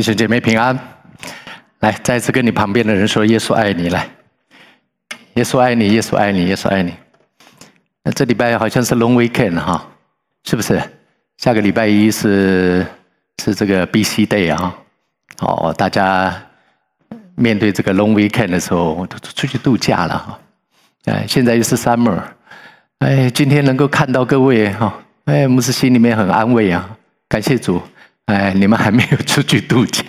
弟兄姐妹平安，来，再次跟你旁边的人说：“耶稣爱你。”来，耶稣爱你，耶稣爱你，耶稣爱你。那这礼拜好像是 Long Weekend 哈，是不是？下个礼拜一是这个 BC Day 啊，哦，大家面对这个 Long Weekend 的时候，都出去度假了哈。现在又是 Summer， 今天能够看到各位哈，牧师心里面很安慰啊，感谢主。你们还没有出去度假，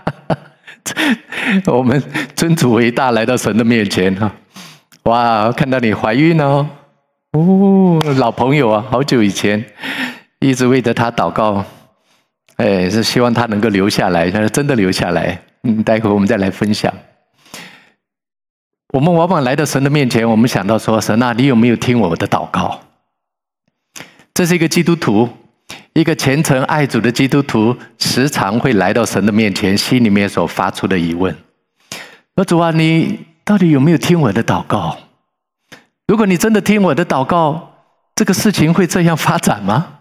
我们尊主为大，来到神的面前哈。哇，看到你怀孕哦，老朋友啊，好久以前一直为着他祷告，是希望他能够留下来，他真的留下来。待会我们再来分享。我们往往来到神的面前，我们想到说：神啊，你有没有听我的祷告？这是一个基督徒。一个虔诚爱主的基督徒，时常会来到神的面前，心里面所发出的疑问：说主啊，你到底有没有听我的祷告？如果你真的听我的祷告，这个事情会这样发展吗？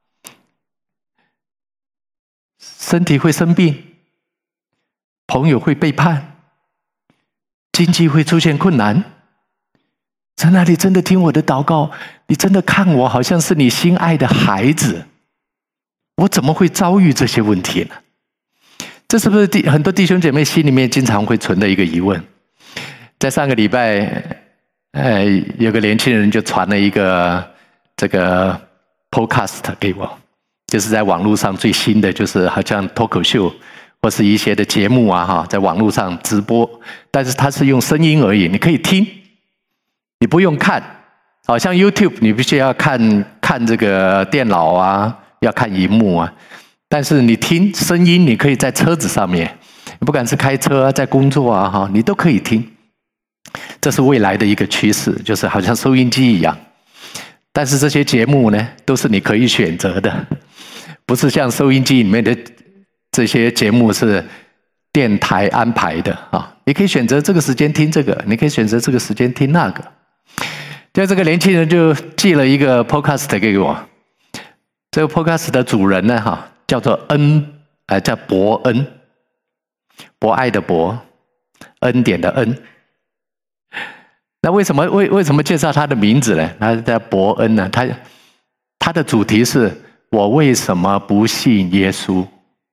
身体会生病，朋友会背叛，经济会出现困难。神啊，你真的听我的祷告？你真的看我好像是你心爱的孩子？我怎么会遭遇这些问题呢？这是不是很多弟兄姐妹心里面经常会存的一个疑问？在上个礼拜，有个年轻人就传了一个这个 podcast 给我，就是在网络上最新的，就是好像脱口秀或是一些的节目啊，哈，在网络上直播，但是它是用声音而已，你可以听，你不用看，好像 YouTube 你必须要看这个电脑啊。要看荧幕啊，但是你听声音，你可以在车子上面，不管是开车啊，在工作啊，哈，你都可以听。这是未来的一个趋势，就是好像收音机一样。但是这些节目呢，都是你可以选择的，不是像收音机里面的这些节目是电台安排的啊。你可以选择这个时间听这个，你可以选择这个时间听那个。就这个年轻人就寄了一个 podcast 给我。这个 podcast 的主人呢，哈，叫做叫伯恩，博爱的博，恩典的恩。那为什么介绍他的名字呢？他叫伯恩呢？他的主题是我为什么不信耶稣？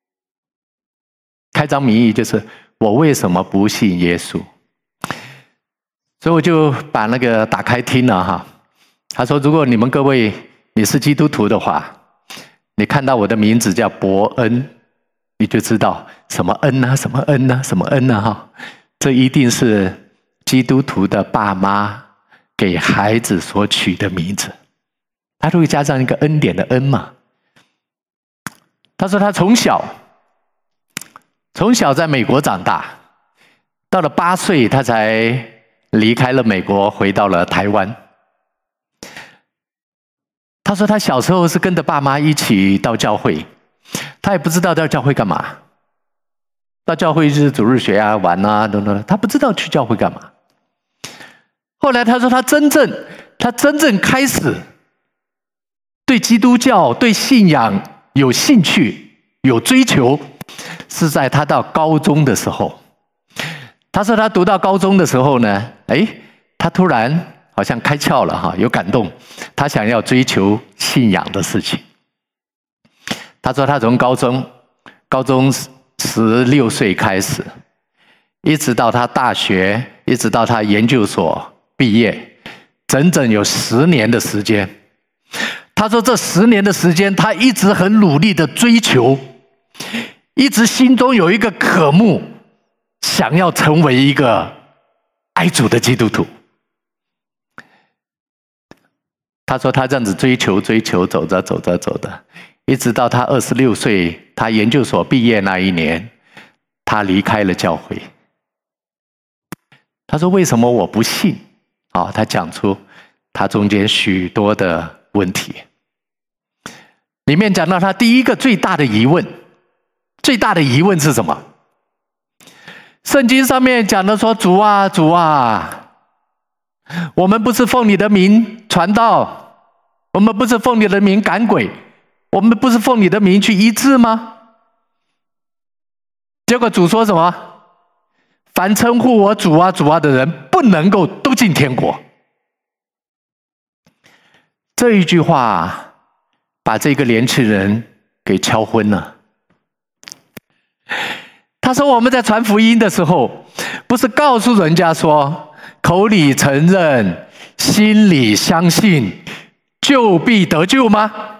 开宗明义就是我为什么不信耶稣？所以我就把那个打开听了哈。他说，如果你们各位你是基督徒的话，你看到我的名字叫伯恩，你就知道什么恩啊，什么恩啊，什么恩啊哈，这一定是基督徒的爸妈给孩子所取的名字，他都会加上一个恩典的恩嘛。他说他从小在美国长大，到了8岁他才离开了美国，回到了台湾。他说他小时候是跟着爸妈一起到教会，他也不知道到教会干嘛，到教会就是主日学啊、玩啊等等，他不知道去教会干嘛。后来他说他真正开始对基督教、对信仰有兴趣、有追求，是在他到高中的时候。他说他读到高中的时候呢，他突然好像开窍了哈，有感动，他想要追求信仰的事情。他说他从高中16岁开始，一直到他大学，一直到他研究所毕业，整整有10年的时间。他说这10年的时间，他一直很努力的追求，一直心中有一个渴慕，想要成为一个爱主的基督徒。他说他这样子追求，走着，一直到他26岁，他研究所毕业那一年，他离开了教会。他说为什么我不信？他讲出他中间许多的问题。里面讲到他第一个最大的疑问是什么？圣经上面讲的说，主啊，主啊，我们不是奉你的名传道，我们不是奉你的名赶鬼，我们不是奉你的名去医治吗？ 结果主说什么？凡称呼我主啊主啊的人，不能够都进天国。这一句话把这个年轻人给敲昏了。他说我们在传福音的时候，不是告诉人家说口里承认心里相信就必得救吗？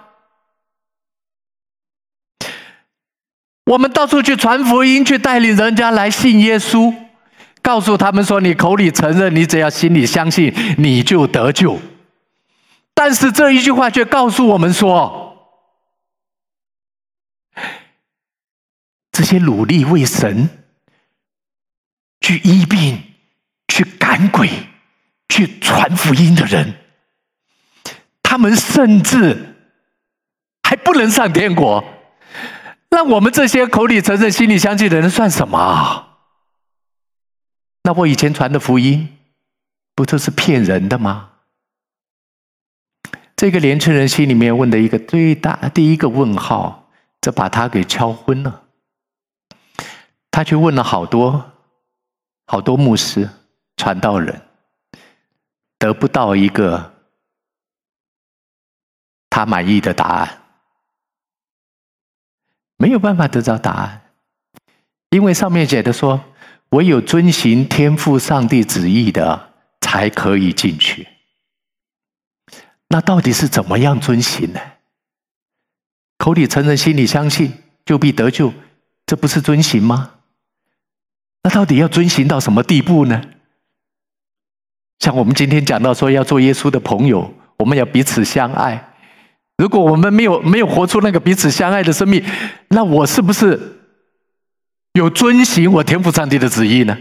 我们到处去传福音，去带领人家来信耶稣，告诉他们说你口里承认，你只要心里相信，你就得救。但是这一句话却告诉我们说，这些努力为神去医病、去赶鬼、去传福音的人，他们甚至还不能上天国。那我们这些口里承认、心里相信的人算什么？那我以前传的福音，不都是骗人的吗？这个年轻人心里面问的一个第一个问号，这把他给敲昏了。他去问了好多牧师、传道人，得不到一个他满意的答案，没有办法得到答案，因为上面写的说，唯有遵行天父上帝旨意的，才可以进去。那到底是怎么样遵行呢？口里承认，心里相信，就必得救，这不是遵行吗？那到底要遵行到什么地步呢？像我们今天讲到说要做耶稣的朋友，我们要彼此相爱。如果我们没有活出那个彼此相爱的生命，那我是不是有遵行我天父上帝的旨意呢？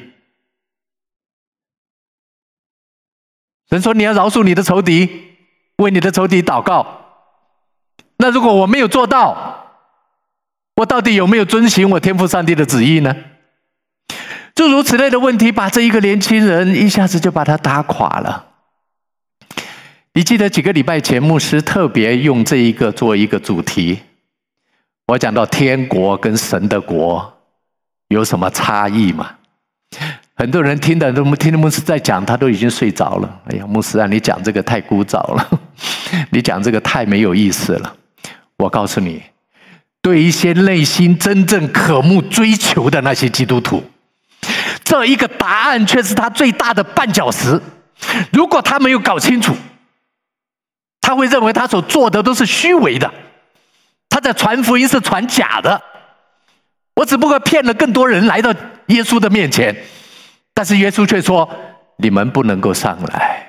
人说你要饶恕你的仇敌，为你的仇敌祷告。那如果我没有做到，我到底有没有遵行我天父上帝的旨意呢？诸如此类的问题，把这一个年轻人一下子就把他打垮了。你记得几个礼拜前牧师特别用这一个做一个主题，我讲到天国跟神的国有什么差异吗？很多人听的牧师在讲，他都已经睡着了。哎呀，牧师啊，你讲这个太枯燥了，你讲这个太没有意思了。我告诉你，对一些内心真正渴慕追求的那些基督徒，这一个答案却是他最大的绊脚石。如果他没有搞清楚，他会认为他所做的都是虚伪的，他在传福音是传假的。我只不过骗了更多人来到耶稣的面前，但是耶稣却说你们不能够上来。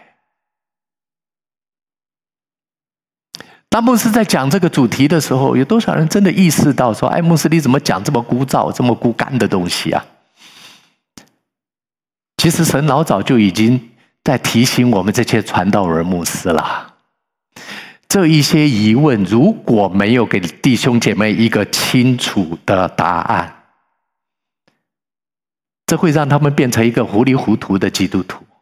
当牧师在讲这个主题的时候，有多少人真的意识到说，哎，牧师你怎么讲这么枯燥、这么枯干的东西啊？其实神老早就已经在提醒我们这些传道人牧师了。这一些疑问如果没有给弟兄姐妹一个清楚的答案，这会让他们变成一个糊里糊涂的基督徒。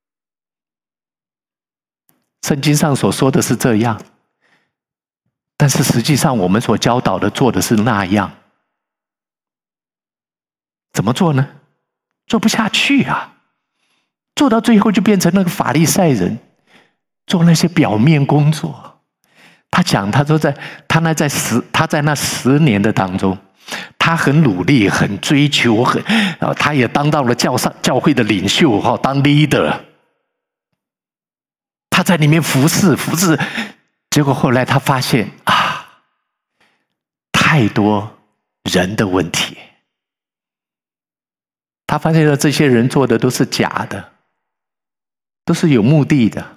圣经上所说的是这样，但是实际上我们所教导的做的是那样。怎么做呢？做不下去啊，做到最后就变成那个法利赛人，做那些表面工作。他讲，他说他在那10年的当中，他很努力，很追求，他也当到了教会的领袖，当 leader。他在里面服侍，结果后来他发现啊，太多人的问题。他发现了这些人做的都是假的，都是有目的的。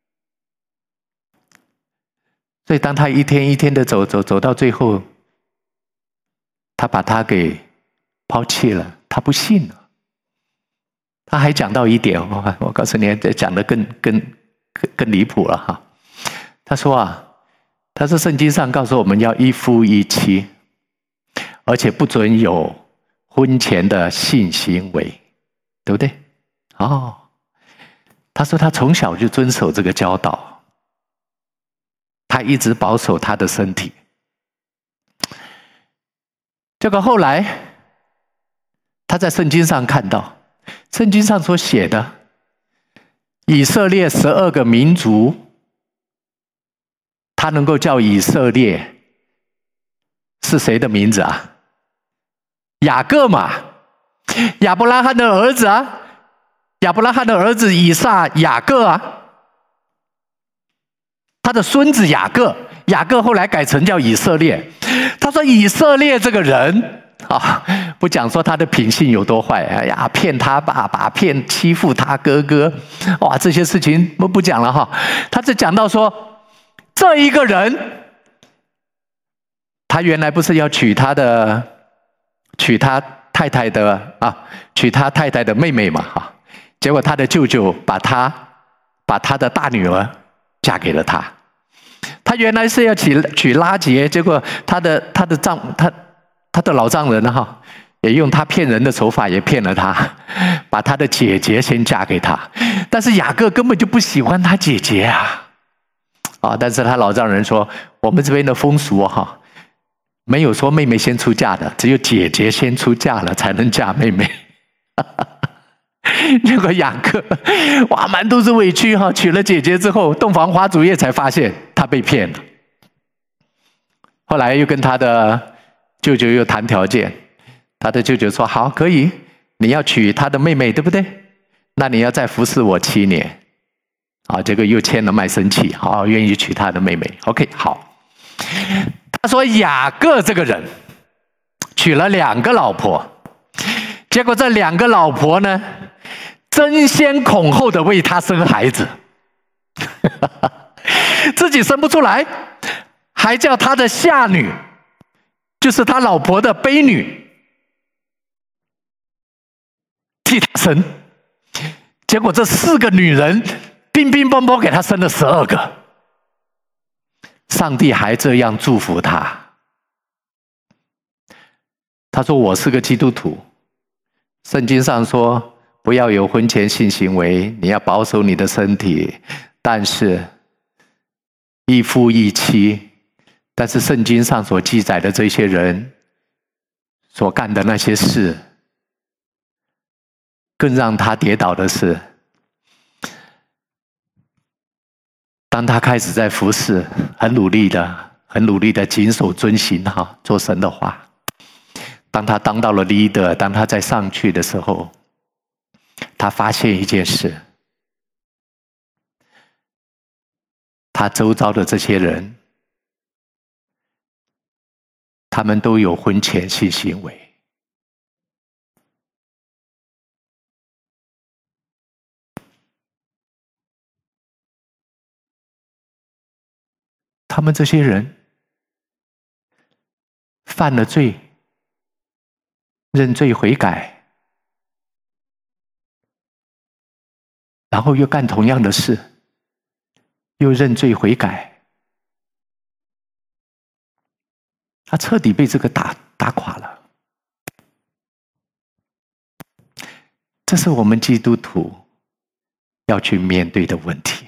所以当他一天一天的走到最后，他把他给抛弃了，他不信了。他还讲到一点，我告诉你，讲的更离谱了哈。他说圣经上告诉我们要一夫一妻，而且不准有婚前的性行为，对不对？他说他从小就遵守这个教导。他一直保守他的身体，结果后来他在圣经上看到，圣经上所写的以色列12个民族，他能够叫以色列，是谁的名字啊？雅各嘛，亚伯拉罕的儿子啊，亚伯拉罕的儿子以撒、雅各啊，他的孙子雅各，雅各后来改成叫以色列。他说以色列这个人啊，不讲说他的品性有多坏，哎呀，骗他爸爸，欺负他哥哥，哇，这些事情不讲了哈。他只讲到说，这一个人，他原来不是要娶他太太的妹妹嘛哈，结果他的舅舅把他的大女儿嫁给了他。他原来是要娶拉结，结果他的老丈人哈，也用他骗人的手法也骗了他，把他的姐姐先嫁给他。但是雅各根本就不喜欢他姐姐啊，但是他老丈人说，我们这边的风俗哈，没有说妹妹先出嫁的，只有姐姐先出嫁了才能嫁妹妹。结果雅各哇，满肚子委屈哈，娶了姐姐之后，洞房花烛夜才发现他被骗了。后来又跟他的舅舅又谈条件，他的舅舅说好，可以，你要娶他的妹妹，对不对？那你要再服侍我7年。结果又签了卖身契，愿意娶他的妹妹。OK， 好。他说雅各这个人娶了2个老婆，结果这2个老婆呢，争先恐后的为他生孩子，自己生不出来，还叫他的下女，就是他老婆的卑女，替他生。结果这4个女人乒乒乓乓给他生了12个。上帝还这样祝福他。他说我是个基督徒，圣经上说不要有婚前性行为，你要保守你的身体，但是一夫一妻。但是圣经上所记载的这些人所干的那些事，更让他跌倒的是，当他开始在服侍，很努力的谨守遵行做神的话。当他当到了 leader， 当他再上去的时候，他发现一件事，他周遭的这些人，他们都有婚前性行为。他们这些人犯了罪，认罪悔改，然后又干同样的事，又认罪悔改，他彻底被这个打垮了。这是我们基督徒要去面对的问题。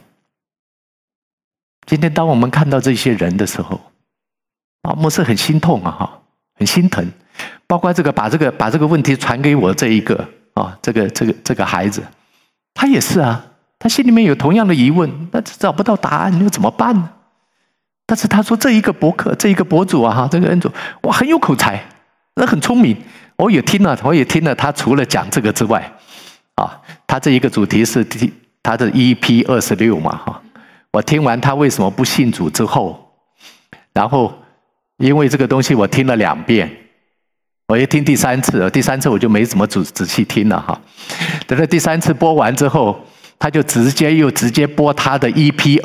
今天当我们看到这些人的时候，牧师很心痛很心疼。包括把这个问题传给我这一个这个孩子，他也是他心里面有同样的疑问，但是找不到答案，你又怎么办呢？但是他说这一个博主这个恩主哇很有口才，那很聪明。我也听了他除了讲这个之外，他这一个主题是他的 EP 26嘛我听完他为什么不信主之后，然后因为这个东西我听了2遍，我也听第3次我就没怎么仔细听了等到第3次播完之后，他就直接播他的 EP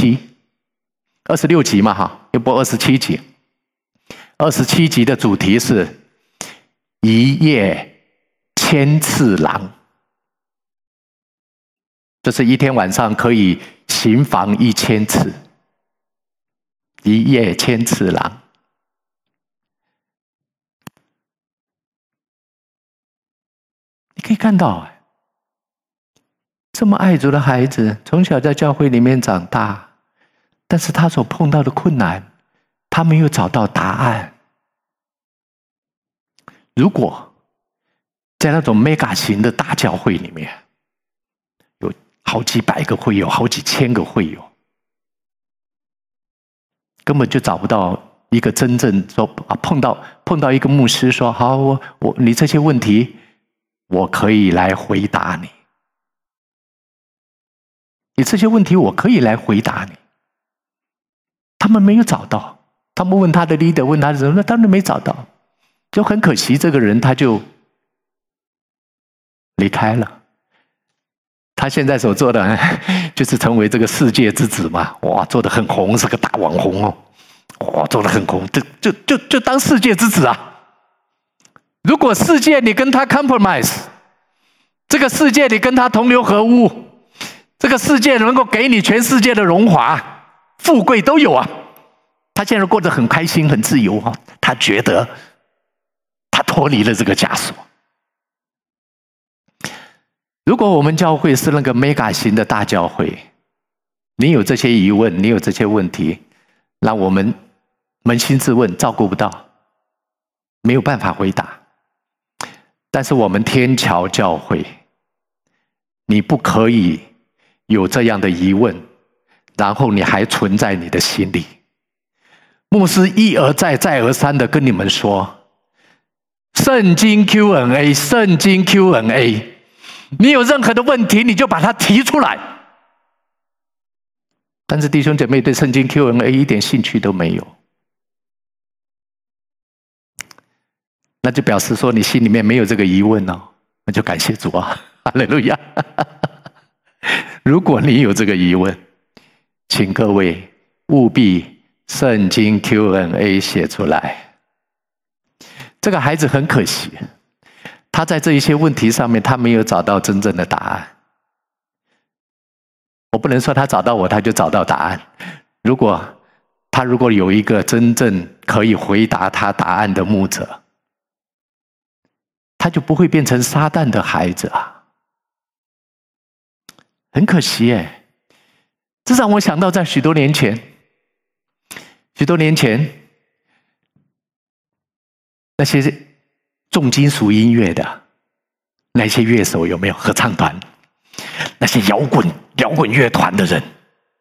26集嘛又播27集。27集的主题是一夜千次郎，就是一天晚上可以行房1000次，一夜千次郎。你可以看到这么爱主的孩子，从小在教会里面长大，但是他所碰到的困难，他没有找到答案。如果在那种 mega 型的大教会里面，有好几百个会友，好几千个会友，根本就找不到一个真正说碰到一个牧师说好，你这些问题我可以来回答你，你这些问题我可以来回答你。他们没有找到，他们问他的 leader， 问他的人，那当然没找到，就很可惜，这个人他就离开了。他现在所做的就是成为这个世界之子嘛，哇，做得很红，是个大网红哦，哇，做得很红，就当世界之子啊。如果世界你跟他 compromise， 这个世界你跟他同流合污，这个世界能够给你全世界的荣华富贵都有啊。他现在过得很开心很自由啊，他觉得他脱离了这个枷锁。如果我们教会是那个 mega 型的大教会，你有这些疑问，你有这些问题，让我们扪心自问，照顾不到，没有办法回答。但是我们天桥教会，你不可以有这样的疑问，然后你还存在你的心里。牧师一而再再而三的跟你们说，圣经 Q&A， 圣经 Q&A， 你有任何的问题你就把它提出来。但是弟兄姐妹对圣经 Q&A 一点兴趣都没有，那就表示说你心里面没有这个疑问哦，那就感谢主啊，哈利路亚。如果你有这个疑问，请各位务必圣经 Q&A 写出来。这个孩子很可惜，他在这一些问题上面他没有找到真正的答案。我不能说他找到我他就找到答案，如果有一个真正可以回答他答案的牧者，他就不会变成撒旦的孩子啊。很可惜耶，这让我想到在许多年前那些重金属音乐的那些乐手，有没有合唱团，那些摇滚乐团的人，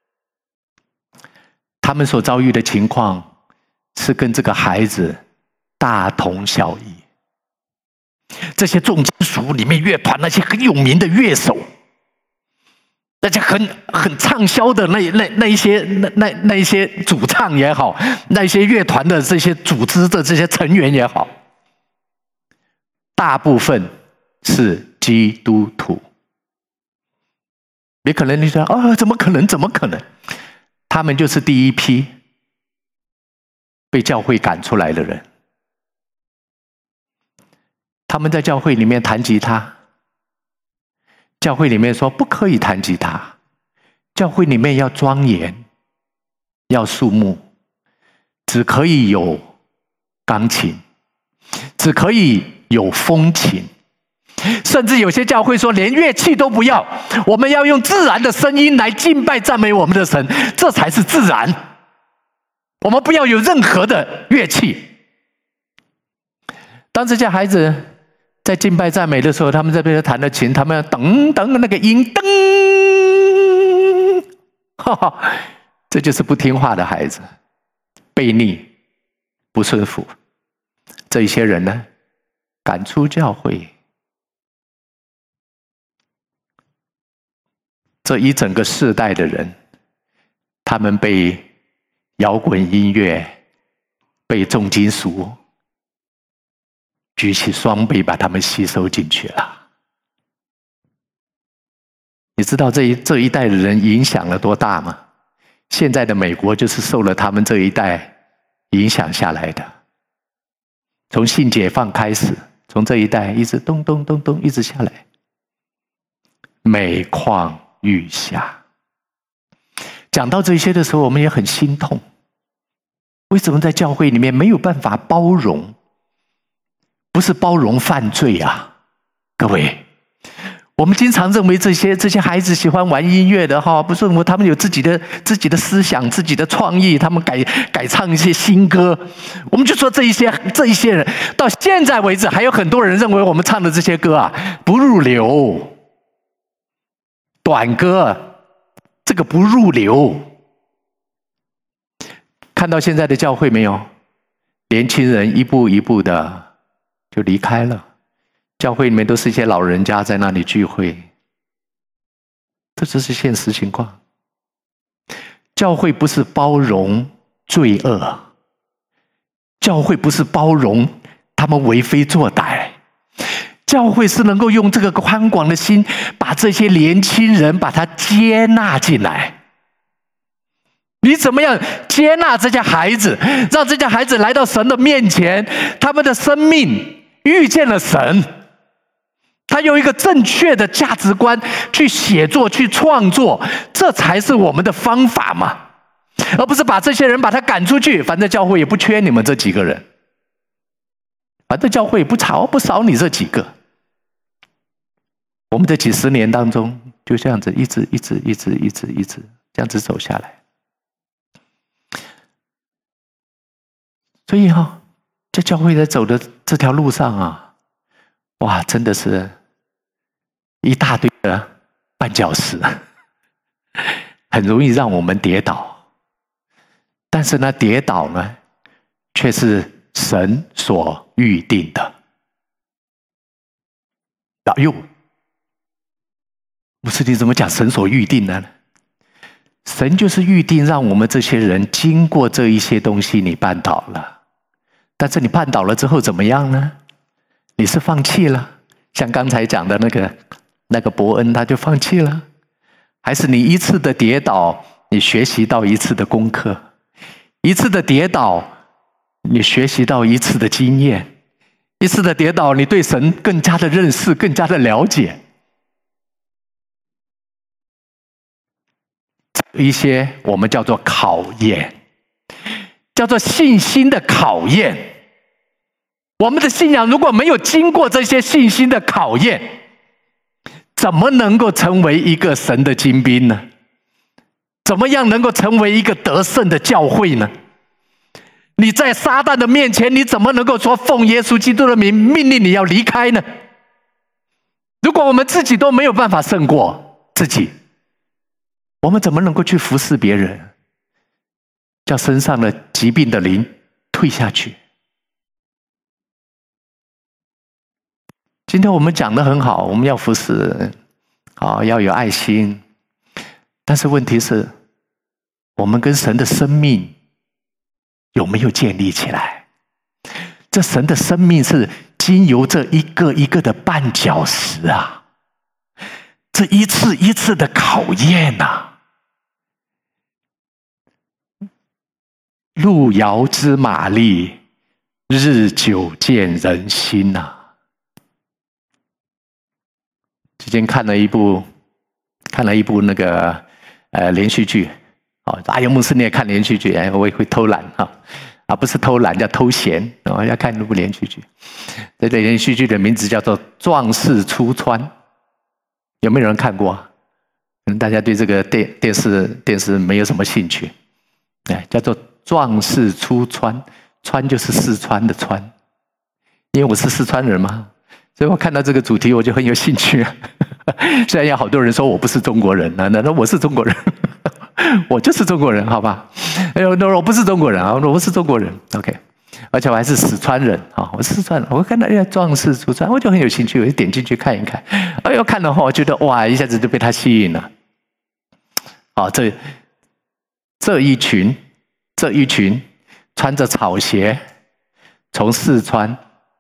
他们所遭遇的情况是跟这个孩子大同小异。这些重金属里面乐团那些很有名的乐手，那些很畅销的那一些主唱也好，那些乐团的这些组织的这些成员也好，大部分是基督徒。你可能你说怎么可能？他们就是第一批被教会赶出来的人。他们在教会里面弹吉他，教会里面说不可以弹吉他，教会里面要庄严，要肃穆，只可以有钢琴，只可以有风琴，甚至有些教会说连乐器都不要，我们要用自然的声音来敬拜赞美我们的神，这才是自然，我们不要有任何的乐器。当这些孩子在敬拜赞美的时候，他们在那边弹的琴，他们要噔噔那个音噔，这就是不听话的孩子，悖逆不顺服。这一些人呢，赶出教会。这一整个世代的人，他们被摇滚音乐，被重金属举起双臂把他们吸收进去了。你知道这一代的人影响了多大吗？现在的美国就是受了他们这一代影响下来的。从性解放开始，从这一代一直咚咚咚咚一直下来，每况愈下。讲到这些的时候，我们也很心痛。为什么在教会里面没有办法包容？不是包容犯罪啊，各位， 我们经常认为这些孩子喜欢玩音乐的哈，不是他们有自己的思想、自己的创意，他们改唱一些新歌。我们就说这一些人，到现在为止，还有很多人认为我们唱的这些歌啊不入流，短歌，这个不入流。看到现在的教会没有？年轻人一步一步的就离开了。教会里面都是一些老人家在那里聚会，这只是现实情况。教会不是包容罪恶，教会不是包容他们为非作歹，教会是能够用这个宽广的心，把这些年轻人把他接纳进来。你怎么样接纳这些孩子，让这些孩子来到神的面前，他们的生命遇见了神，他用一个正确的价值观去写作、去创作，这才是我们的方法嘛，而不是把这些人把他赶出去。反正教会也不缺你们这几个人，反正教会也不少你这几个。我们这几十年当中就这样子一直这样子走下来。所以在教会在走的这条路上啊，哇，真的是一大堆的绊脚石，很容易让我们跌倒。但是呢，跌倒呢，却是神所预定的。哎呦，牧师你怎么讲神所预定的呢？神就是预定让我们这些人经过这一些东西，你绊倒了。但是你绊倒了之后怎么样呢？你是放弃了，像刚才讲的那个伯恩他就放弃了，还是你一次的跌倒，你学习到一次的功课，一次的跌倒，你学习到一次的经验，一次的跌倒，你对神更加的认识，更加的了解。一些我们叫做考验，叫做信心的考验。我们的信仰如果没有经过这些信心的考验，怎么能够成为一个神的精兵呢？怎么样能够成为一个得胜的教会呢？你在撒旦的面前，你怎么能够说奉耶稣基督的名命令你要离开呢？如果我们自己都没有办法胜过自己，我们怎么能够去服侍别人，叫身上的疾病的灵退下去？今天我们讲得很好，我们要服侍，要有爱心，但是问题是，我们跟神的生命有没有建立起来？这神的生命是经由这一个一个的绊脚石啊，这一次一次的考验啊，路遥知马力，日久见人心啊。之前看了一部那个连续剧，阿勇牧师你也看连续剧，我也会偷懒不是偷懒，叫偷闲要看那部连续剧。这个连续剧的名字叫做《壮士出川》，有没有人看过？可能大家对这个电视没有什么兴趣，叫做《壮士出川》，川就是四川的川，因为我是四川人嘛。所以我看到这个主题我就很有兴趣虽然有好多人说我不是中国人那我是中国人我就是中国人，好吧？我不是中国人我是中国人 OK， 而且我还是四川人我是四川人。我看到壮士出川，我就很有兴趣，我就点进去看一看。看的话，我觉得哇，一下子就被他吸引了。这一群穿着草鞋从四川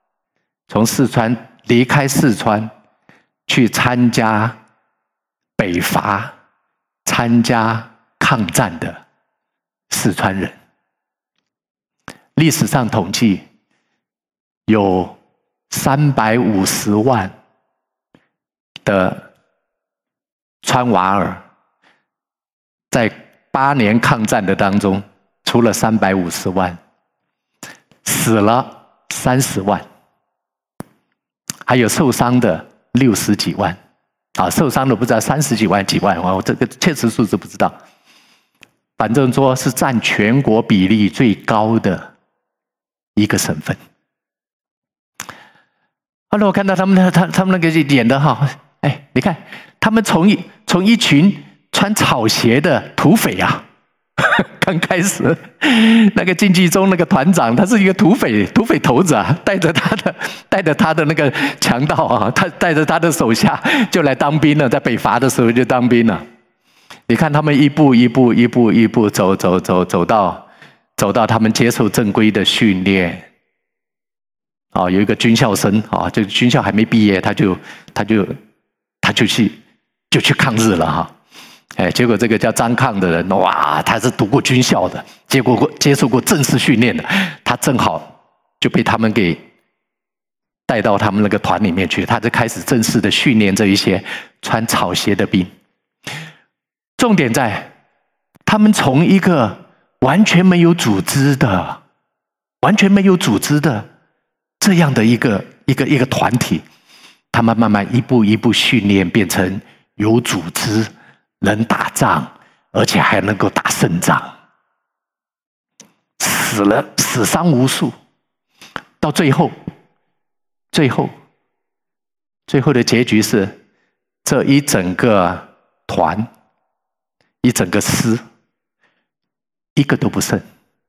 离开四川，去参加北伐、参加抗战的四川人，历史上统计有350万的川娃儿，在8年抗战的当中，除了350万，死了30万。还有受伤的60几万， 受伤的不知道30几万几万，我这个确实数字不知道，反正说是占全国比例最高的一个省份。后来我看到他们那个演的哈，你看他们从一群穿草鞋的土匪啊，刚开始那个竞技中那个团长，他是一个土匪头子啊，带着他的那个强盗啊，他带着他的手下就来当兵了，在北伐的时候就当兵了。你看他们一步一步走到他们接受正规的训练。有一个军校生这个军校还没毕业，他就去抗日了哈。结果这个叫张抗的人，哇，他是读过军校的，接受过正式训练的，他正好就被他们给带到他们那个团里面去，他就开始正式的训练这一些穿草鞋的兵。重点在他们从一个完全没有组织的这样的一个团体，他们慢慢一步一步训练，变成有组织、能打仗，而且还能够打胜仗，死伤无数。到最后的结局是，这一整个团、一整个师，一个都不剩，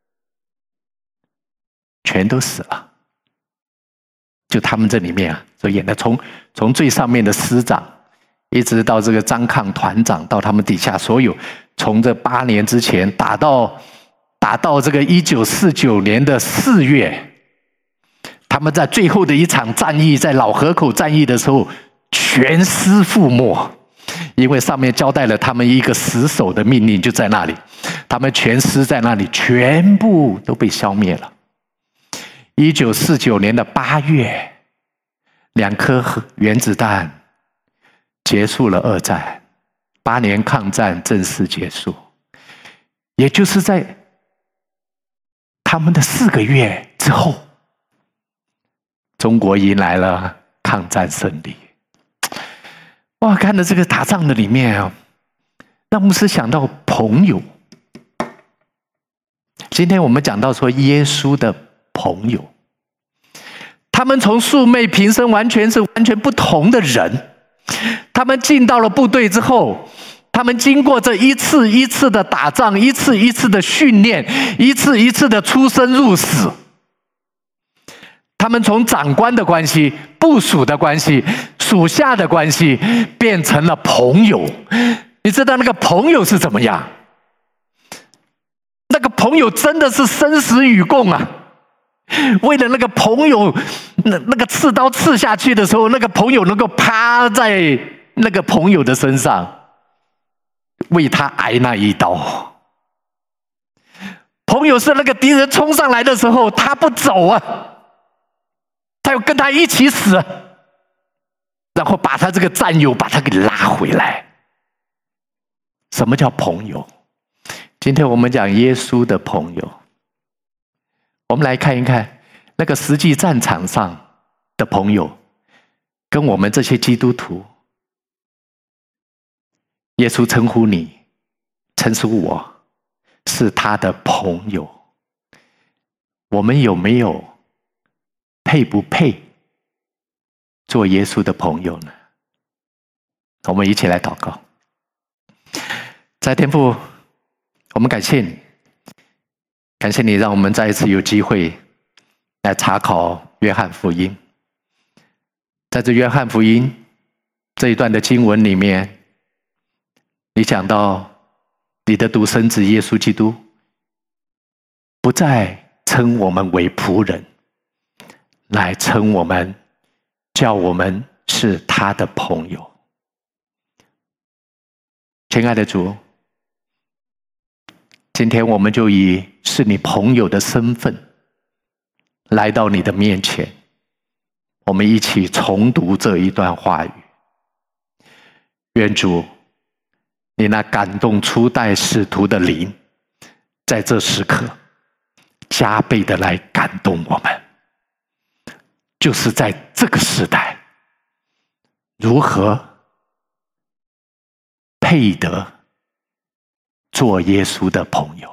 全都死了。就他们这里面所演的，从最上面的师长，一直到这个张抗团长，到他们底下所有，从这8年之前打到这个1949年的4月，他们在最后的一场战役，在老河口战役的时候，全师覆没，因为上面交代了他们一个死守的命令，就在那里，他们全师在那里全部都被消灭了。1949年的8月，2颗原子弹结束了2战，8年抗战正式结束。也就是在他们的4个月之后，中国迎来了抗战胜利。哇，看到这个打仗的里面啊，让牧师想到朋友。今天我们讲到说耶稣的朋友，他们从素昧平生完全不同的人，他们进到了部队之后，他们经过这一次一次的打仗，一次一次的训练，一次一次的出生入死，他们从长官的关系、部属的关系、属下的关系，变成了朋友。你知道那个朋友是怎么样？那个朋友真的是生死与共啊！为了那个朋友，那个刺刀刺下去的时候，那个朋友能够趴在那个朋友的身上，为他挨那一刀。朋友是那个敌人冲上来的时候，他不走啊，他要跟他一起死，然后把他这个战友把他给拉回来。什么叫朋友？今天我们讲耶稣的朋友，我们来看一看那个实际战场上的朋友，跟我们这些基督徒，耶稣称呼你，称呼我是他的朋友，我们有没有配不配做耶稣的朋友呢？我们一起来祷告。在天父，我们感谢你，感谢你让我们再一次有机会来查考约翰福音。在这约翰福音这一段的经文里面，你讲到你的独生子耶稣基督不再称我们为仆人，来称我们，叫我们是他的朋友。亲爱的主，今天我们就以是你朋友的身份来到你的面前，我们一起重读这一段话语。愿主你那感动初代使徒的灵，在这时刻加倍的来感动我们，就是在这个时代，如何配得做耶稣的朋友。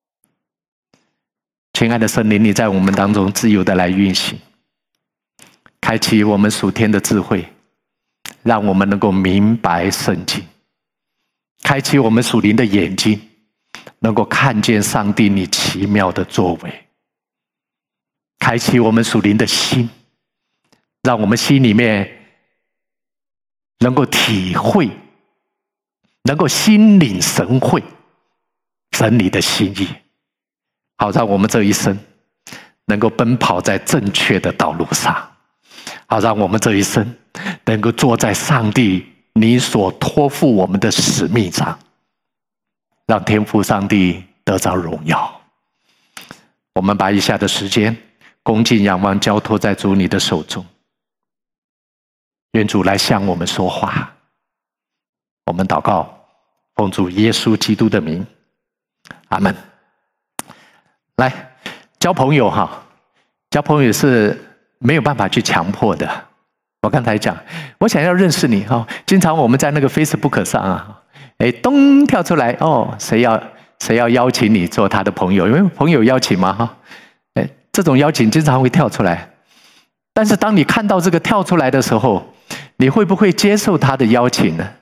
亲爱的圣灵，你在我们当中自由的来运行，开启我们属天的智慧，让我们能够明白圣经，开启我们属灵的眼睛，能够看见上帝你奇妙的作为，开启我们属灵的心，让我们心里面能够体会，能够心领神会神你的心意，好让我们这一生能够奔跑在正确的道路上，好让我们这一生能够坐在上帝你所托付我们的使命上，让天父上帝得着荣耀。我们把以下的时间恭敬仰望交托在主你的手中，愿主来向我们说话。我们祷告，奉主耶稣基督的名，阿们。来，交朋友哈，交朋友是没有办法去强迫的。我刚才讲，我想要认识你哈，经常我们在那个 Facebook 上啊，咚跳出来哦，谁要邀请你做他的朋友？因为朋友邀请嘛哈，这种邀请经常会跳出来。但是当你看到这个跳出来的时候，你会不会接受他的邀请呢？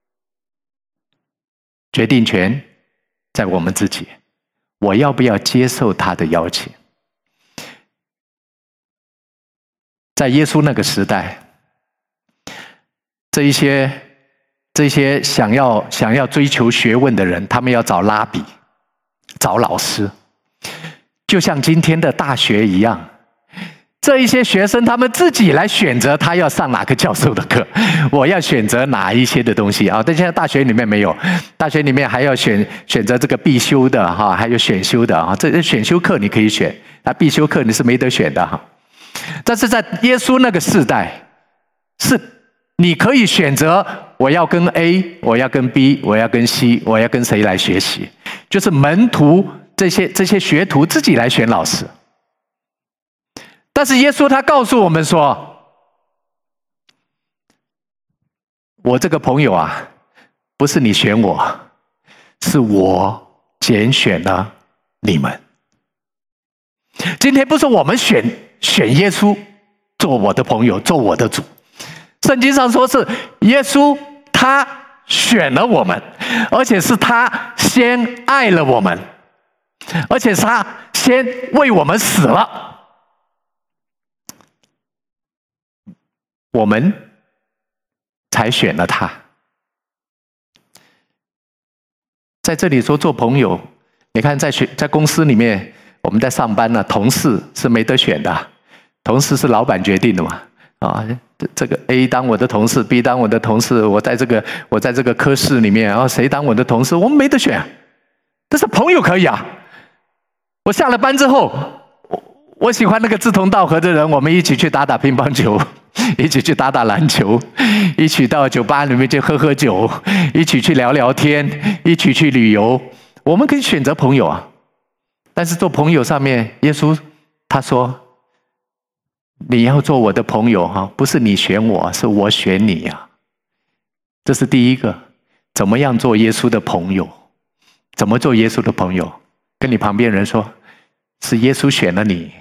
决定权在我们自己，我要不要接受他的邀请？在耶稣那个时代，这一些想要追求学问的人，他们要找拉比，找老师，就像今天的大学一样。这一些学生他们自己来选择他要上哪个教授的课，我要选择哪一些的东西啊？但现在大学里面没有，大学里面还要选择这个必修的哈，还有选修的啊。这选修课你可以选，那必修课你是没得选的哈。但是在耶稣那个世代，是你可以选择我要跟 A， 我要跟 B， 我要跟 C， 我要跟谁来学习，就是门徒这些学徒自己来选老师。但是耶稣他告诉我们说，我这个朋友啊，不是你选我，是我拣选了你们。今天不是我们选耶稣做我的朋友，做我的主。圣经上说是耶稣他选了我们，而且是他先爱了我们，而且是他先为我们死了。我们才选了他。在这里说做朋友，你看在公司里面，我们在上班呢，同事是没得选的，同事是老板决定的嘛。啊，这个 A 当我的同事 ，B 当我的同事，我在这个科室里面，然后谁当我的同事，我们没得选。但是朋友可以啊，我下了班之后，我喜欢那个志同道合的人，我们一起去打乒乓球，一起去打篮球，一起到酒吧里面去喝酒，一起去聊天，一起去旅游。我们可以选择朋友啊，但是做朋友上面，耶稣他说，你要做我的朋友哈，不是你选我，是我选你呀。这是第一个，怎么样做耶稣的朋友？怎么做耶稣的朋友？跟你旁边人说，是耶稣选了你。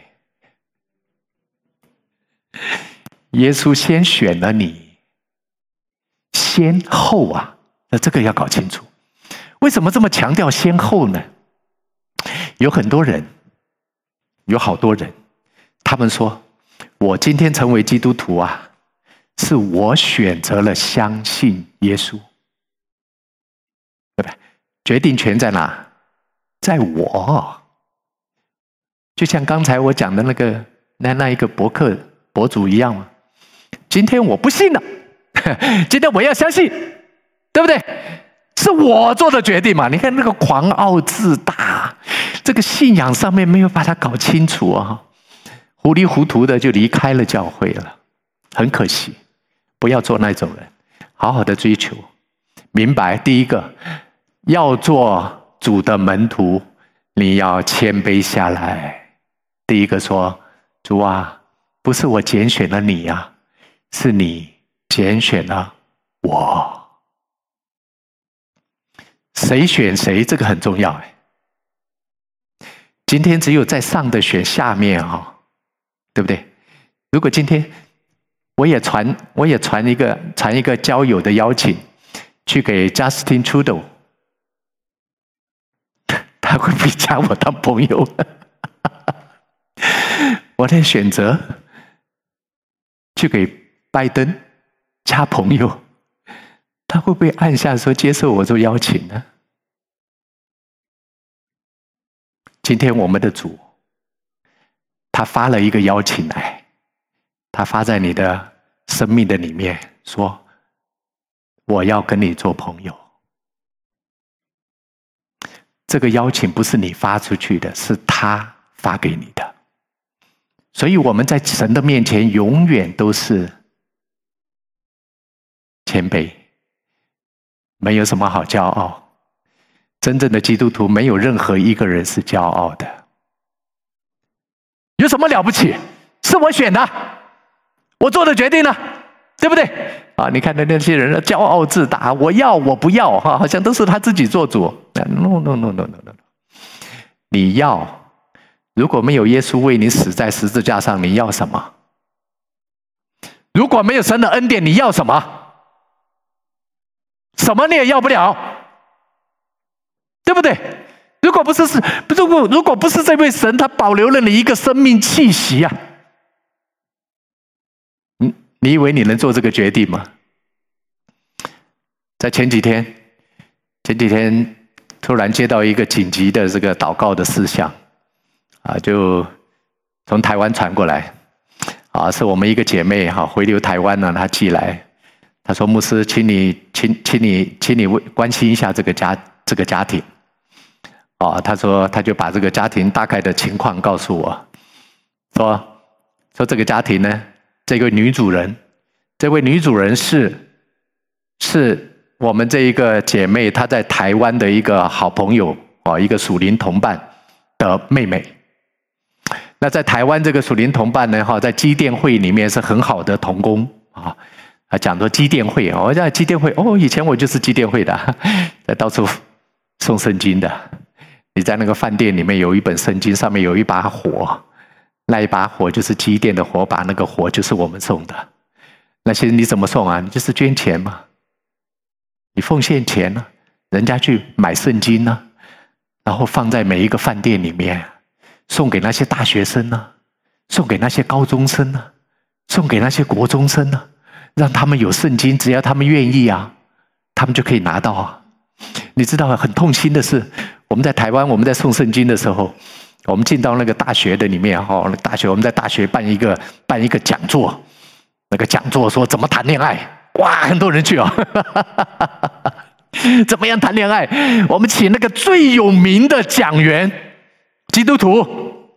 耶稣先选了你，先后啊，那这个要搞清楚。为什么这么强调先后呢？有很多人，有好多人，他们说，我今天成为基督徒啊，是我选择了相信耶稣，对不对？决定权在哪？在我。就像刚才我讲的那一个博主一样嘛。今天我不信了，今天我要相信，对不对？是我做的决定嘛。你看那个狂傲自大，这个信仰上面没有把它搞清楚啊，糊里糊涂的就离开了教会了，很可惜。不要做那种人，好好的追求，明白。第一个，要做主的门徒，你要谦卑下来。第一个说，主啊，不是我拣选了你啊，是你拣选了我。 谁选谁，这个很重要。今天只有在上的选下面对不对？如果今天我也传一个交友的邀请去给 Justin Trudeau， 他会不会加我当朋友？我在选择去给拜登加朋友，他会不会按下说接受我做邀请呢？今天我们的主，他发了一个邀请来，他发在你的生命的里面，说我要跟你做朋友。这个邀请不是你发出去的，是他发给你的。所以我们在神的面前永远都是谦卑，没有什么好骄傲。真正的基督徒没有任何一个人是骄傲的。有什么了不起？是我选的，我做的决定呢，对不对？你看那些人骄傲自大，我要我不要好像都是他自己做主。No， 你要，如果没有耶稣为你死在十字架上，你要什么？如果没有神的恩典，你要什么？什么你也要不了，对不对？如果不是这位神，他保留了你一个生命气息啊，你以为你能做这个决定吗？在前几天突然接到一个紧急的这个祷告的事项就从台湾传过来是我们一个姐妹回流台湾呢，她寄来，她说牧师，请你关心一下这个家庭。他说他就把这个家庭大概的情况告诉我，说这个家庭呢，这位女主人是我们这一个姐妹她在台湾的一个好朋友一个属灵同伴的妹妹。那在台湾这个属灵同伴呢在基甸会里面是很好的同工讲说基甸会我讲基甸会以前我就是基甸会的，在到处送圣经的。你在那个饭店里面有一本圣经，上面有一把火，那一把火就是基甸的火把，那个火就是我们送的。那些你怎么送啊？你就是捐钱嘛，你奉献钱呢，人家去买圣经呢，然后放在每一个饭店里面，送给那些大学生呢，送给那些高中生呢，送给那些国中生呢，让他们有圣经，只要他们愿意他们就可以拿到你知道很痛心的是，我们在台湾，我们在送圣经的时候，我们进到那个大学的里面大学我们在大学办一个讲座，那个讲座说怎么谈恋爱，哇，很多人去怎么样谈恋爱？我们请那个最有名的讲员，基督徒，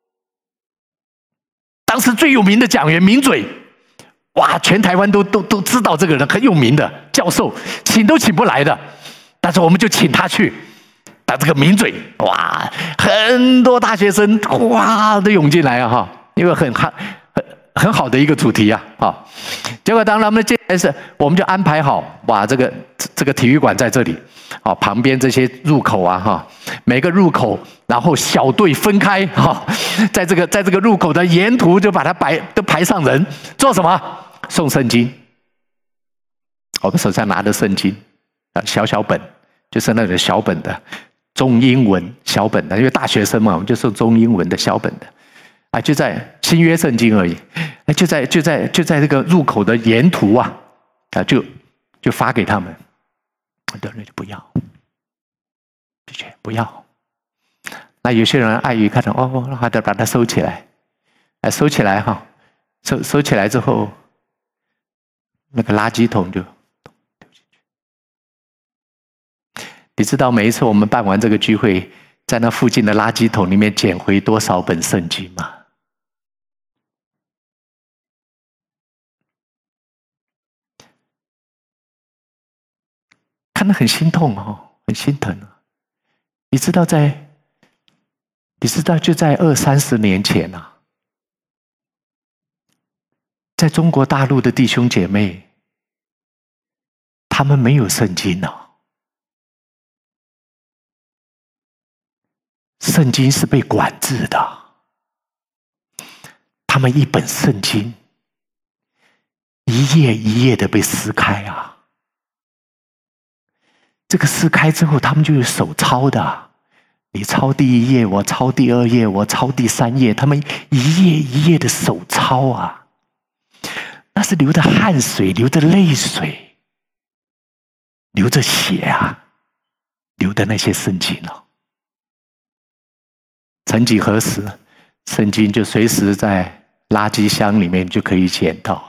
当时最有名的讲员名嘴，哇，全台湾都知道这个人很有名的教授，请都请不来的，但是我们就请他去。打这个名嘴，哇，很多大学生哇都涌进来因为很好的一个主题结果当他们进来时，我们就安排好，哇，这个体育馆在这里旁边这些入口每个入口，然后小队分开在这个入口的沿途就把它都排上人，做什么？送圣经。我们手上拿着圣经小本，就是那个小本的中英文小本的，因为大学生嘛，我们就送中英文的小本的就在新约圣经而已就在这个入口的沿途就发给他们，很多人就不要，拒绝不要。那有些人碍于看到他就把它收起来，收起来收起来之后，那个垃圾桶就你知道每一次我们办完这个聚会，在那附近的垃圾桶里面捡回多少本圣经吗？看得很心痛很心疼你知道就在20-30年前在中国大陆的弟兄姐妹，他们没有圣经圣经是被管制的。他们一本圣经一页一页的被撕开啊，这个撕开之后他们就有手抄的，你抄第一页，我抄第二页，我抄第三页，他们一页一页的手抄啊，那是流着汗水，流着泪水，流着血啊，流的那些圣经啊。曾几何时，圣经就随时在垃圾箱里面就可以捡到。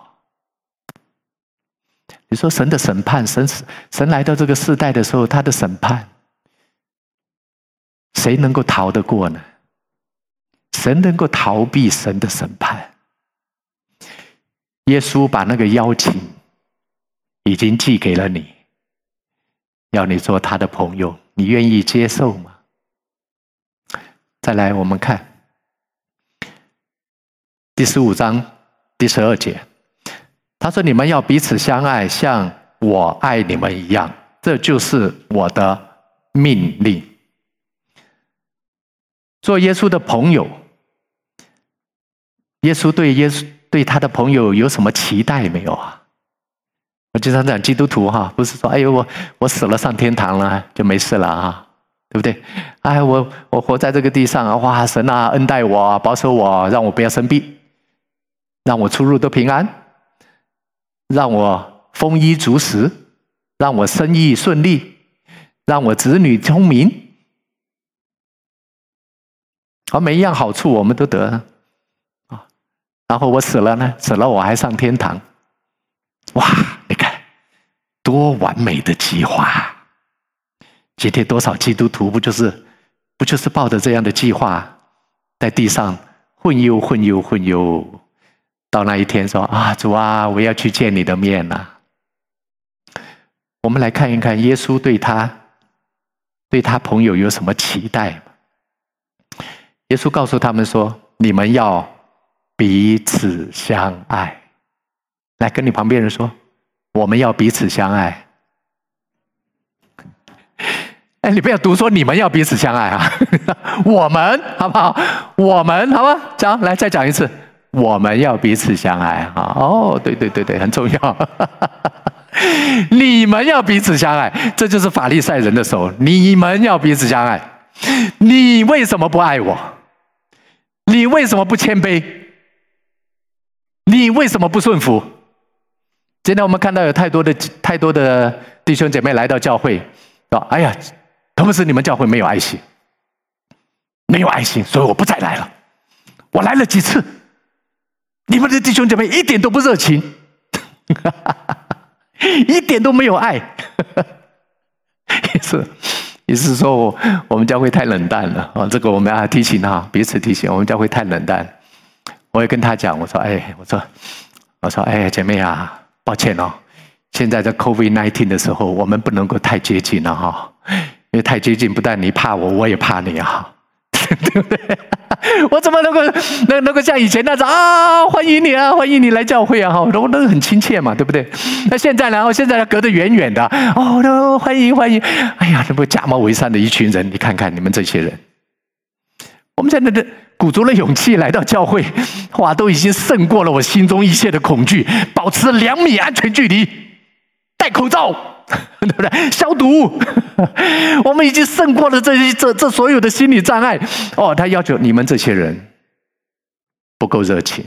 你说神的审判，神来到这个世代的时候，他的审判，谁能够逃得过呢？神能够逃避神的审判？耶稣把那个邀请已经寄给了你，要你做他的朋友，你愿意接受吗？再来，我们看第15章第12节，他说：“你们要彼此相爱，像我爱你们一样，这就是我的命令。”做耶稣的朋友，耶稣对他的朋友有什么期待没有啊？我经常讲基督徒哈，不是说哎呦我死了上天堂了就没事了啊，对不对？哎，我活在这个地上啊，哇，神啊恩待我，保守我，让我不要生病，让我出入都平安，让我丰衣足食，让我生意顺利，让我子女聪明，每一样好处我们都得啊。然后我死了呢，死了我还上天堂，哇，你看多完美的计划！今天多少基督徒不就是抱着这样的计划，在地上混悠，到那一天说啊，主啊，我要去见你的面啊。我们来看一看耶稣对他朋友有什么期待。耶稣告诉他们说：“你们要彼此相爱。”来跟你旁边人说：“我们要彼此相爱。”哎，你不要读说你们要彼此相爱啊，我们好不好？我们好吧？讲，来再讲一次，我们要彼此相爱啊！哦，对，很重要。你们要彼此相爱，这就是法利赛人的手。你们要彼此相爱，你为什么不爱我？你为什么不谦卑？你为什么不顺服？今天我们看到有太多的弟兄姐妹来到教会，说：“哎呀，特别是你们教会没有爱心，没有爱心，所以我不再来了。我来了几次，你们的弟兄姐妹一点都不热情，一点都没有爱。”也是说我们教会太冷淡了啊！这个我们要提醒哈，彼此提醒，我们教会太冷淡。我也跟他讲，我说，哎，姐妹啊，抱歉哦，现在在 COVID-19 的时候，我们不能够太接近了哈，因为太接近，不但你怕我，我也怕你啊，对不对？我怎么能够像以前那种啊，欢迎你啊，欢迎你来教会啊，哈，都很亲切嘛，对不对？那现在呢？现在隔得远远的，哦，欢迎，哎呀，这不假冒伪善的一群人，你看看你们这些人，我们现在的鼓足了勇气来到教会，哇，都已经胜过了我心中一切的恐惧，保持2米安全距离，戴口罩，对不对？消毒，我们已经胜过了这所有的心理障碍。哦，他要求你们这些人不够热情。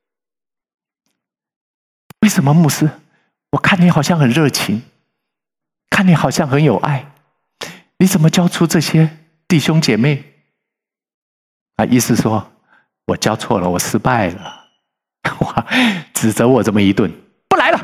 为什么牧师？我看你好像很热情，看你好像很有爱，你怎么教出这些弟兄姐妹？意思说我教错了，我失败了，哇，指责我这么一顿，不来了。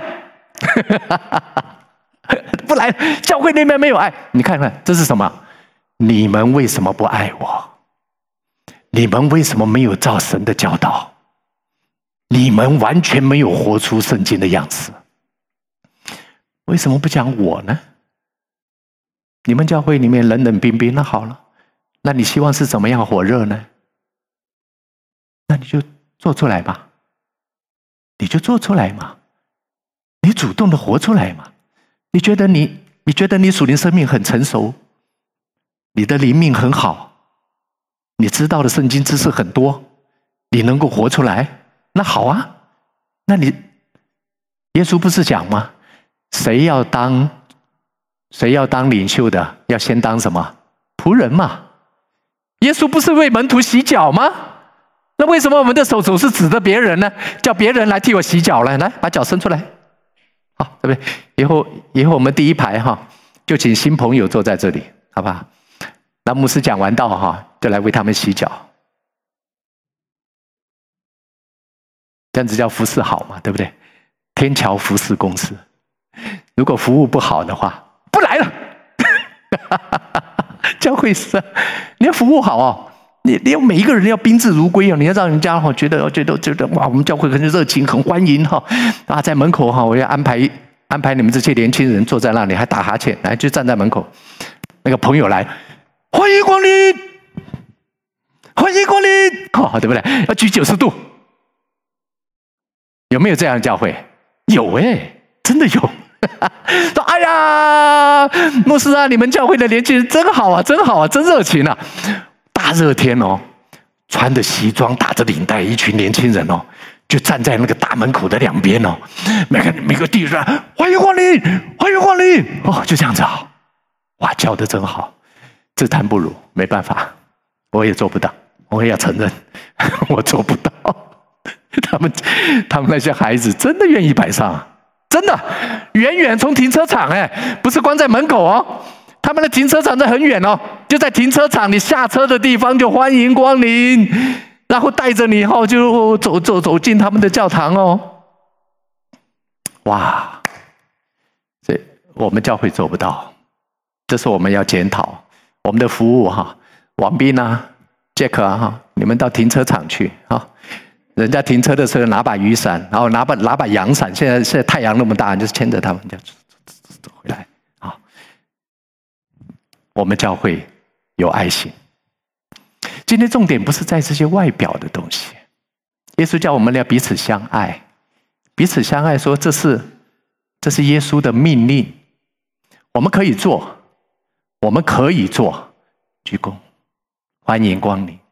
不来，教会那边没有爱。你看看这是什么？你们为什么不爱我？你们为什么没有照神的教导？你们完全没有活出圣经的样子。为什么不讲我呢？你们教会里面冷冷冰冰，那好了，那你希望是怎么样火热呢？那你就做出来吧，你就做出来嘛，你主动的活出来嘛。你觉得你属灵生命很成熟，你的灵命很好， 你知道的圣经知识很多，你能够活出来，那好啊。那你耶稣不是讲吗？谁要当领袖的，要先当什么？仆人嘛。耶稣不是为门徒洗脚吗？那为什么我们的手总是指着别人呢？叫别人来替我洗脚来，来把脚伸出来。好，对不对？以后我们第一排就请新朋友坐在这里，好不好？那牧师讲完道就来为他们洗脚，这样子叫服侍好嘛，对不对？天桥服侍公司，如果服务不好的话，不来了。教会是，你要服务好哦，你要每一个人要宾至如归哦，你要让人家觉得哇，我们教会很热情，很欢迎在门口我要安排你们这些年轻人坐在那里，还打哈欠，来就站在门口，那个朋友来，欢迎光临，欢迎光临，对不对？要举90度，有没有这样的教会？有真的有。说哎呀，牧师啊，你们教会的年轻人真好啊，真好啊，真热情啊！大热天穿着西装，打着领带，一群年轻人就站在那个大门口的两边每个弟兄欢迎光临，欢迎光临就这样子哇，叫得真好，自叹不如，没办法，我也做不到，我也要承认，我做不到。他们那些孩子真的愿意摆上。真的，远远从停车场不是光在门口他们的停车场在很远就在停车场你下车的地方就欢迎光临，然后带着你就走进他们的教堂哇，这我们教会做不到，这是我们要检讨我们的服务王斌啊、杰克你们到停车场去人家停车的时候拿把雨伞，然后拿把阳伞，现在太阳那么大，就是牵着他们就走回来我们教会有爱心。今天重点不是在这些外表的东西，耶稣叫我们要彼此相爱，彼此相爱说这是耶稣的命令，我们可以做，鞠躬，欢迎光临。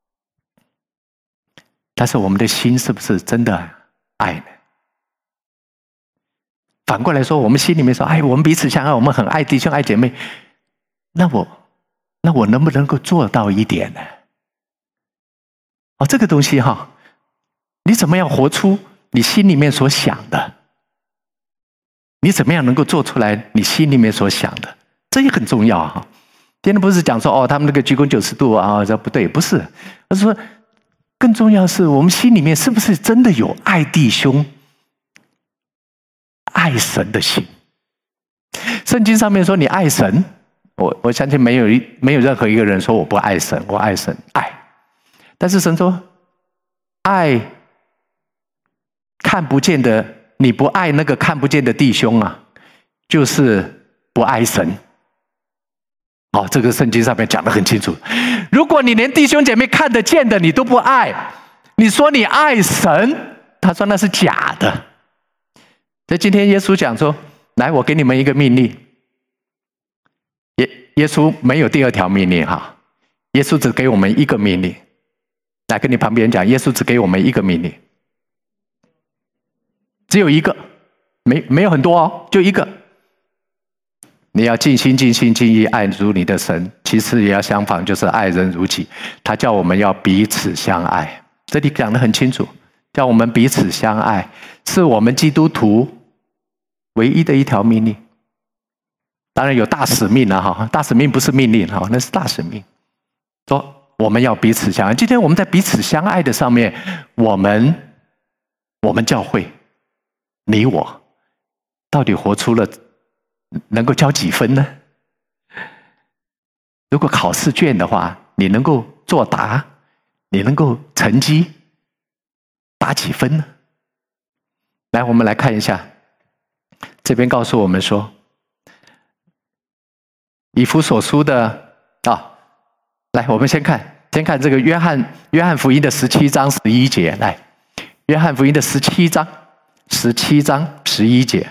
但是我们的心是不是真的爱呢？反过来说，我们心里面说，我们彼此相爱，我们很爱弟兄爱姐妹，那我能不能够做到一点呢？这个东西你怎么样活出你心里面所想的？你怎么样能够做出来你心里面所想的？这也很重要今天不是讲说他们那个鞠躬90度这不对，不是，而是说更重要的是，我们心里面是不是真的有爱弟兄、爱神的心？圣经上面说你爱神，我相信没有任何一个人说我不爱神，我爱神，爱。但是神说，爱看不见的，你不爱那个看不见的弟兄就是不爱神。这个圣经上面讲得很清楚。如果你连弟兄姐妹看得见的你都不爱，你说你爱神，他说那是假的。所以今天耶稣讲说，来，我给你们一个命令。耶稣没有第二条命令耶稣只给我们一个命令。来跟你旁边讲，耶稣只给我们一个命令，只有一个，没有很多就一个。你要尽心尽性尽意爱如你的神，其次也要相仿，就是爱人如己。他叫我们要彼此相爱，这里讲得很清楚，叫我们彼此相爱，是我们基督徒唯一的一条命令。当然有大使命大使命不是命令那是大使命，说我们要彼此相爱。今天我们在彼此相爱的上面，我们教会你我到底活出了能够交几分呢？如果考试卷的话，你能够作答，你能够成绩打几分呢？来，我们来看一下，这边告诉我们说，以弗所书的来，我们先看这个约翰福音的17章11节。来，约翰福音的17章11节。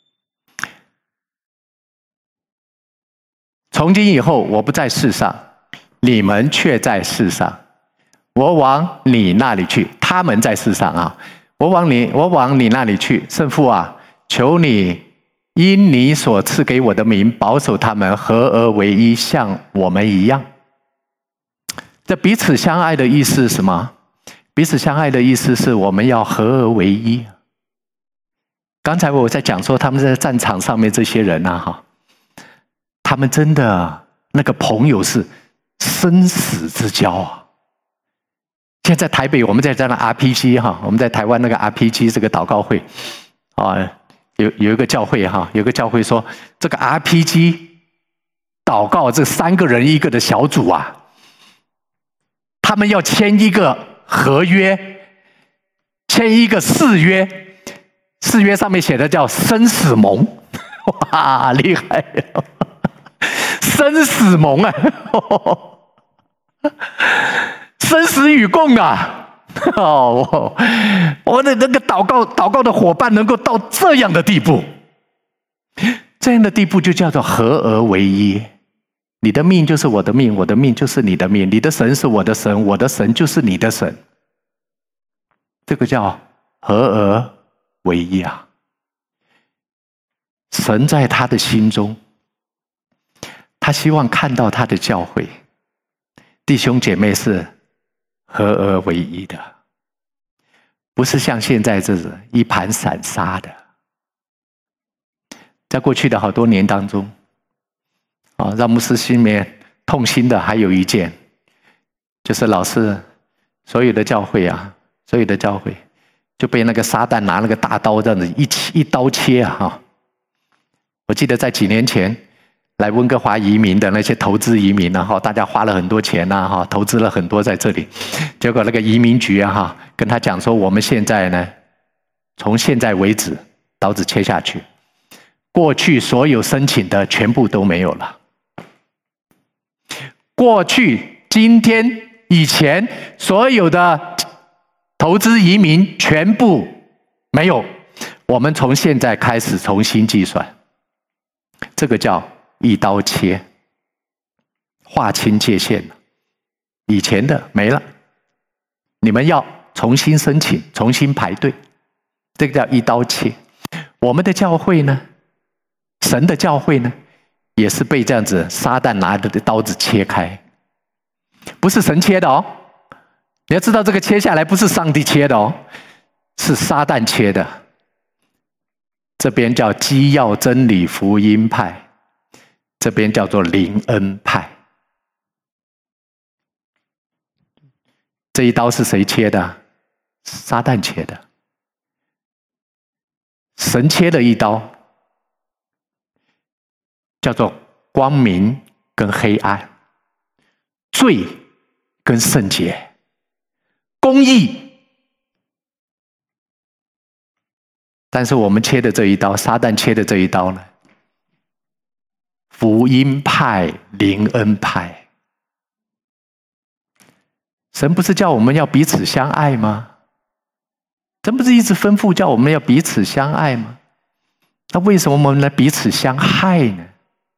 从今以后，我不在世上， 你们却在世上。我往你那里去，他们在世上啊，我往你那里去。圣父啊，求你因你所赐给我的名，保守他们合而为一，像我们一样。这彼此相爱的意思是什么？彼此相爱的意思是我们要合而为一。刚才我在讲说他们在战场上面这些人啊，他们真的那个朋友是生死之交啊。现在台北我们在这样的 RPG 我们在台湾那个 RPG 这个祷告会有一个教会有个教会说这个 RPG 祷告这3个人1个的小组啊，他们要签一个合约，签一个誓约，誓约上面写的叫生死盟。哇，厉害生死盟啊生死与共啊！我的那个祷告的伙伴能够到这样的地步，这样的地步就叫做合而为一。你的命就是我的命，我的命就是你的命，你的神是我的神，我的神就是你的神。这个叫合而为一啊！神在他的心中，他希望看到他的教会弟兄姐妹是合而为一的，不是像现在这是一盘散沙的。在过去的好多年当中让牧师心里面痛心的还有一件，就是老是所有的教会就被那个撒旦拿那个大刀这样子一刀切啊！我记得在几年前来温哥华移民的那些投资移民大家花了很多钱投资了很多在这里，结果那个移民局跟他讲说，我们现在呢，从现在为止刀子切下去，过去所有申请的全部都没有了。过去、今天、以前所有的投资移民全部没有，我们从现在开始重新计算。这个叫一刀切，划清界限了。以前的没了，你们要重新申请，重新排队，这个叫一刀切。我们的教会呢，神的教会呢，也是被这样子撒旦拿着的刀子切开，不是神切的哦。你要知道，这个切下来不是上帝切的哦，是撒旦切的。这边叫基要真理福音派，这边叫做灵恩派。这一刀是谁切的？撒旦切的。神切的一刀，叫做光明跟黑暗，罪跟圣洁，公义。但是我们切的这一刀，撒旦切的这一刀呢？福音派、灵恩派。神不是叫我们要彼此相爱吗？神不是一直吩咐叫我们要彼此相爱吗？那为什么我们来彼此相害呢？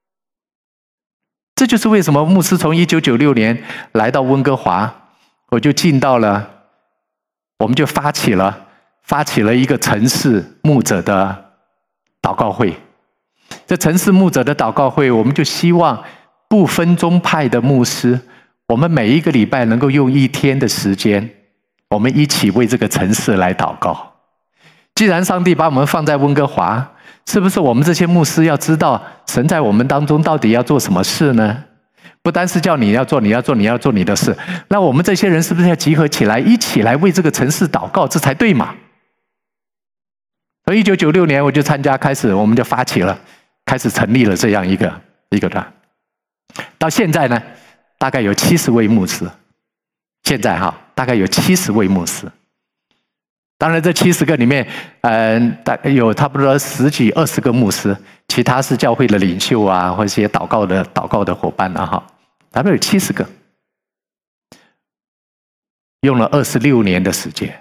这就是为什么牧师从1996年来到温哥华，我就进到了，我们就发起了一个城市牧者的祷告会。这城市牧者的祷告会，我们就希望不分宗派的牧师，我们每一个礼拜能够用1天的时间，我们一起为这个城市来祷告。既然上帝把我们放在温哥华，是不是我们这些牧师要知道神在我们当中到底要做什么事呢？不单是叫你要做你的事，那我们这些人是不是要集合起来，一起来为这个城市祷告，这才对嘛？从1996年我就参加，我们就发起了，开始成立了这样一个团。到现在呢，大概有70位牧师。现在大概有70位牧师。当然这70个里面，大概有差不多10几20个牧师，其他是教会的领袖或者一些祷告的伙伴大概有70个，用了26年的时间，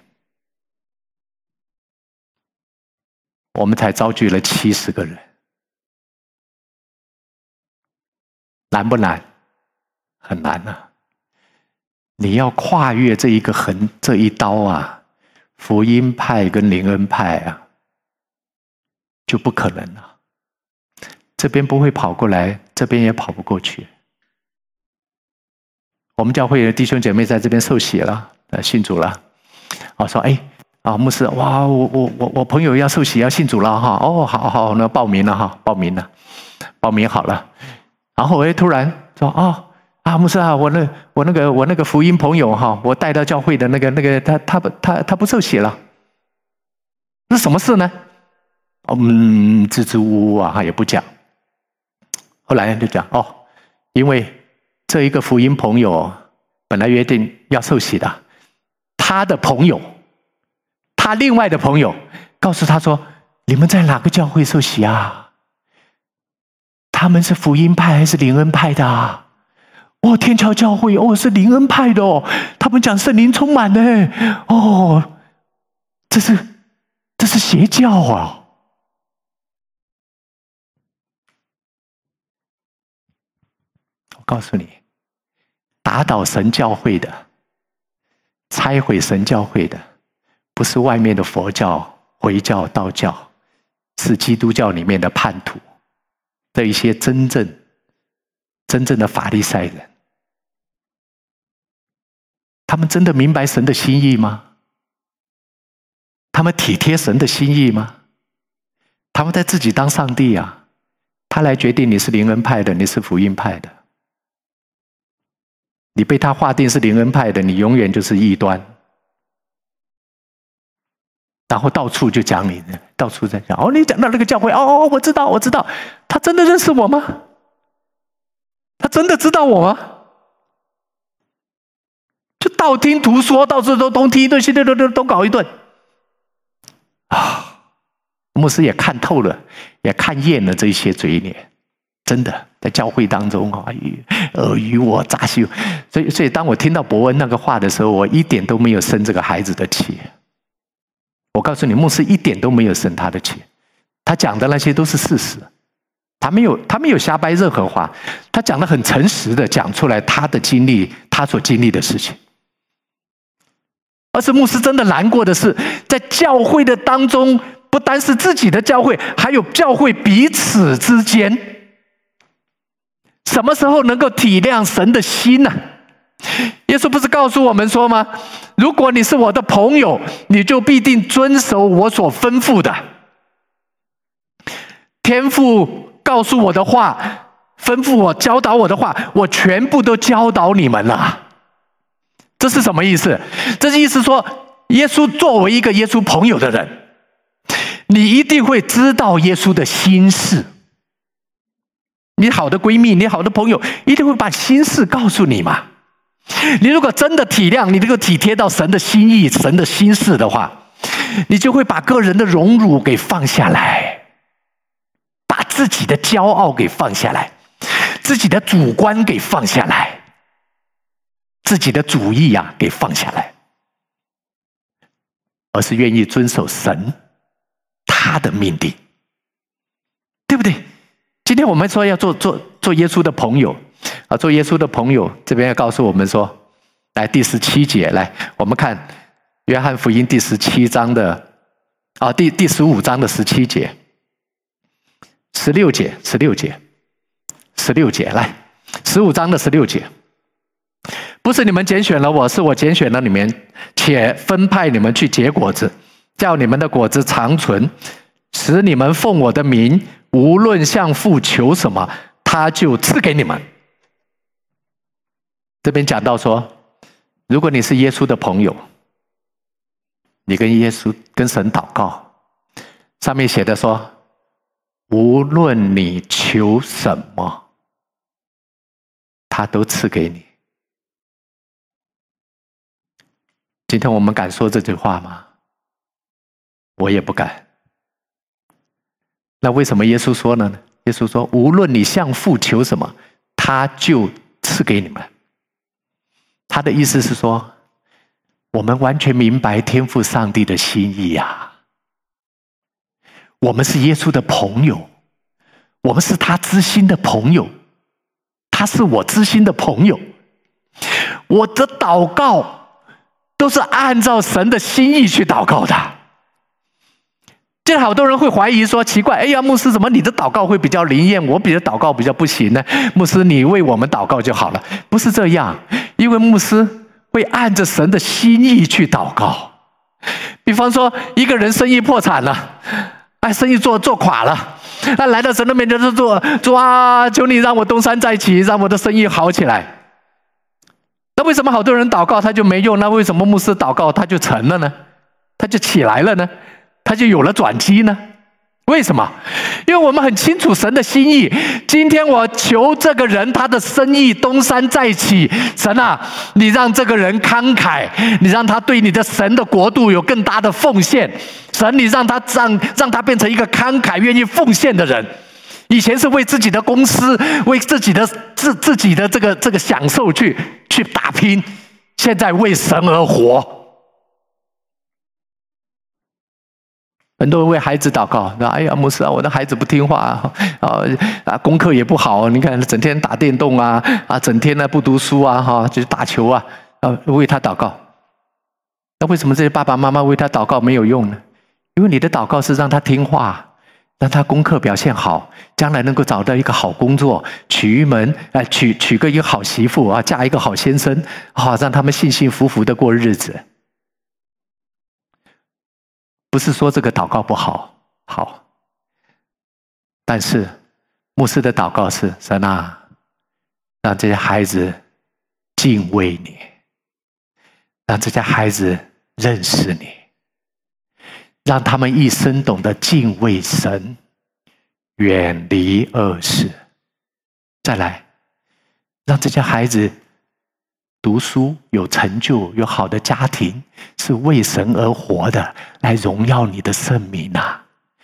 我们才招聚了70个人。难不难？很难啊！ 你要跨越这一刀啊，福音派跟灵恩派啊，就不可能了。这边不会跑过来，这边也跑不过去。我们教会的弟兄姐妹在这边受洗了，信主了。说牧师，哇，我朋友要受洗要信主了哈。好，那报名了哈，报名好了。然后突然说牧师啊，我那个福音朋友哈，我带到教会的那个他不受洗了。那什么事呢？支支吾吾啊，也不讲。后来就讲因为这一个福音朋友本来约定要受洗的，他的朋友，他另外的朋友告诉他说：“你们在哪个教会受洗啊？他们是福音派还是灵恩派的啊？”天桥教会是灵恩派的他们讲圣灵充满呢。这是邪教啊！我告诉你，打倒神教会的，拆毁神教会的，不是外面的佛教、回教、道教，是基督教里面的叛徒的一些真正的法利赛人。他们真的明白神的心意吗？他们体贴神的心意吗？他们在自己当上帝啊，他来决定你是灵恩派的，你是福音派的。你被他划定是灵恩派的，你永远就是异端。然后到处就讲你，到处在讲你讲到那个教会我知道，他真的认识我吗？他真的知道我吗？就道听途说，到处都东听一顿，西都搞一顿牧师也看透了，也看厌了这些嘴脸，真的在教会当中尔虞我诈羞。所以当我听到伯恩那个话的时候，我一点都没有生这个孩子的气。我告诉你，牧师一点都没有生他的气，他讲的那些都是事实，他没有瞎掰任何话，他讲得很诚实的讲出来他的经历，他所经历的事情。而是牧师真的难过的是，在教会的当中，不单是自己的教会，还有教会彼此之间，什么时候能够体谅神的心呢？耶稣不是告诉我们说吗？如果你是我的朋友，你就必定遵守我所吩咐的。天父告诉我的话，吩咐我教导我的话，我全部都教导你们了。这是什么意思？这是意思说，耶稣作为一个耶稣朋友的人，你一定会知道耶稣的心事。你好的闺蜜，你好的朋友，一定会把心事告诉你嘛。你如果真的体谅，你能够体贴到神的心意、神的心事的话，你就会把个人的荣辱给放下来，把自己的骄傲给放下来，自己的主观给放下来，自己的主意给放下来，而是愿意遵守神他的命令，对不对？今天我们说要做耶稣的朋友做耶稣的朋友，这边要告诉我们说，来第17节，来我们看约翰福音第17章的第15章的17节，16节，来15章的16节。不是你们拣选了我，是我拣选了你们，且分派你们去结果子，叫你们的果子长存，使你们奉我的名，无论向父求什么，他就赐给你们。这边讲到说，如果你是耶稣的朋友，你跟耶稣跟神祷告，上面写的说，无论你求什么，他都赐给你。今天我们敢说这句话吗？我也不敢。那为什么耶稣说呢？耶稣说，无论你向父求什么，他就赐给你们。他的意思是说，我们完全明白天父上帝的心意我们是耶稣的朋友，我们是他知心的朋友，他是我知心的朋友。 我的祷告都是按照神的心意去祷告的。现在好多人会怀疑说，奇怪，哎呀，牧师，怎么你的祷告会比较灵验，我祷告比较不行呢？牧师，你为我们祷告就好了。不是这样，因为牧师会按着神的心意去祷告。比方说，一个人生意破产了，生意做垮了，他来到神的面前说：“主啊，求你让我东山再起，让我的生意好起来。”那为什么好多人祷告他就没用？那为什么牧师祷告他就成了呢？他就起来了呢？他就有了转机呢？为什么？因为我们很清楚神的心意。今天我求这个人他的生意东山再起，神啊，你让这个人慷慨，你让他对你的神的国度有更大的奉献。神，你让他变成一个慷慨愿意奉献的人。以前是为自己的公司，为自己的这个享受去打拼，现在为神而活。很多人为孩子祷告，说：“哎呀，牧师啊，我的孩子不听话功课也不好，你看整天打电动整天呢不读书就是打球为他祷告。”那为什么这些爸爸妈妈为他祷告没有用呢？因为你的祷告是让他听话，让他功课表现好，将来能够找到一个好工作，娶个一个好媳妇嫁一个好先生让他们幸幸福福的过日子。不是说这个祷告不好，但是牧师的祷告是：神啊，让这些孩子敬畏你，让这些孩子认识你，让他们一生懂得敬畏神，远离恶事。再来，让这些孩子读书有成就，有好的家庭，是为神而活的，来荣耀你的圣名啊！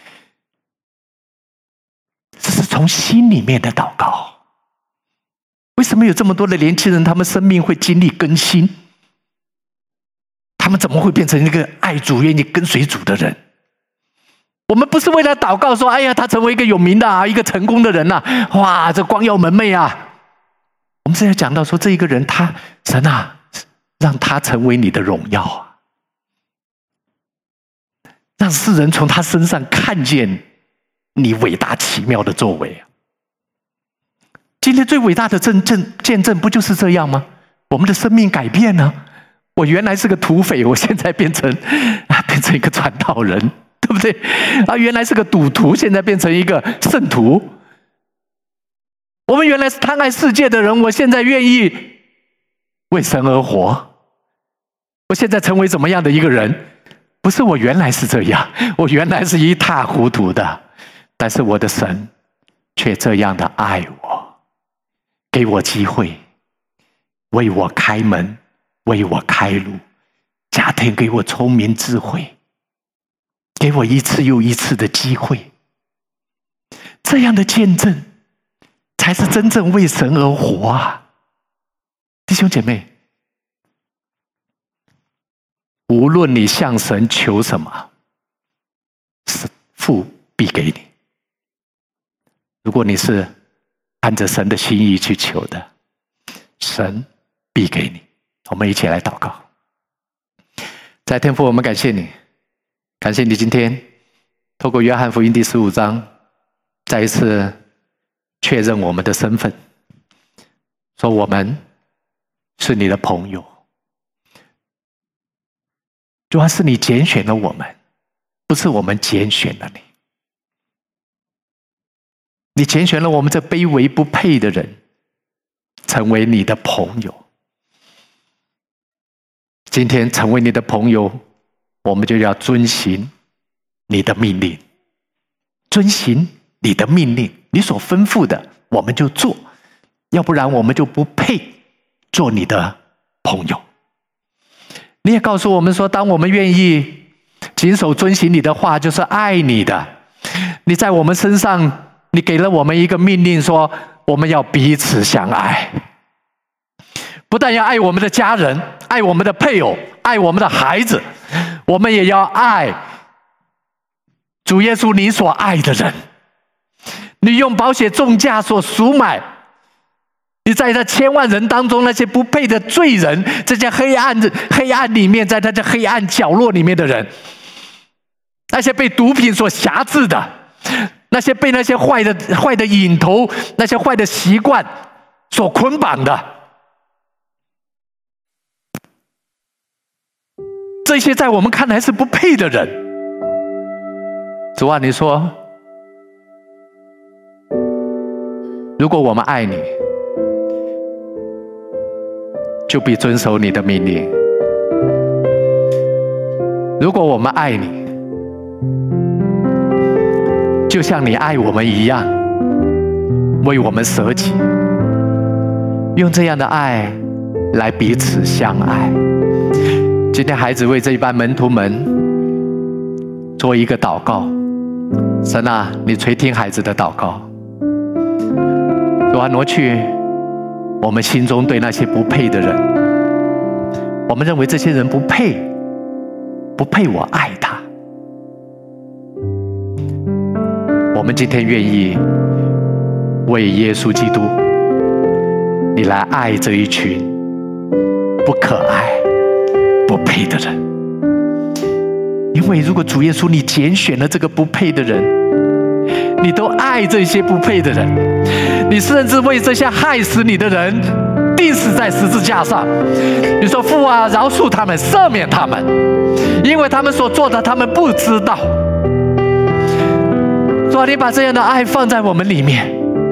这是从心里面的祷告。为什么有这么多的年轻人，他们生命会经历更新？他们怎么会变成一个爱主、愿意跟随主的人？我们不是为了祷告说：“哎呀，他成为一个有名的一个成功的人哇，这光耀门楣啊！”我们现在讲到说，这一个人神啊，让他成为你的荣耀让世人从他身上看见你伟大奇妙的作为今天最伟大的见证不就是这样吗？我们的生命改变了。我原来是个土匪，我现在变成一个传道人，对不对？原来是个赌徒，现在变成一个圣徒。我们原来是贪爱世界的人，我现在愿意为神而活。我现在成为怎么样的一个人？不是我原来是这样，我原来是一塌糊涂的，但是我的神却这样的爱我，给我机会，为我开门，为我开路，加添给我聪明智慧，给我一次又一次的机会。这样的见证才是真正为神而活弟兄姐妹，无论你向神求什么，父必给你。如果你是按着神的心意去求的，神必给你。我们一起来祷告。在天父，我们感谢你，感谢你今天透过约翰福音第15章再一次确认我们的身份，说我们是你的朋友。主要是你拣选了我们，不是我们拣选了你。你拣选了我们这卑微不配的人，成为你的朋友。今天成为你的朋友，我们就要遵行你的命令，遵行你的命令，你所吩咐的我们就做，要不然我们就不配做你的朋友。你也告诉我们说，当我们愿意谨守遵行你的话，就是爱你的。你在我们身上，你给了我们一个命令，说我们要彼此相爱，不但要爱我们的家人，爱我们的配偶，爱我们的孩子，我们也要爱主耶稣你所爱的人。你用宝血重价所赎买你在这千万人当中，那些不配的罪人，这些黑暗里面，在他这黑暗角落里面的人，那些被毒品所辖制的，那些被那些坏的瘾头、那些坏的习惯所捆绑的，这些在我们看来是不配的人，主啊，你说，如果我们爱你，就必遵守你的命令。如果我们爱你，就像你爱我们一样，为我们舍己，用这样的爱来彼此相爱。今天孩子为这一班门徒们做一个祷告，神啊，你垂听孩子的祷告，主啊，挪去我们心中对那些不配的人，我们认为这些人不配我爱他。我们今天愿意为耶稣基督，你来爱这一群不可爱、不配的人。因为如果主耶稣你拣选了这个不配的人，你都爱这些不配的人，你甚至为这些害死你的人钉死在十字架上。你说父啊，饶恕他们，赦免他们，因为他们所做的他们不知道。主啊，你把这样的爱放在我们里面，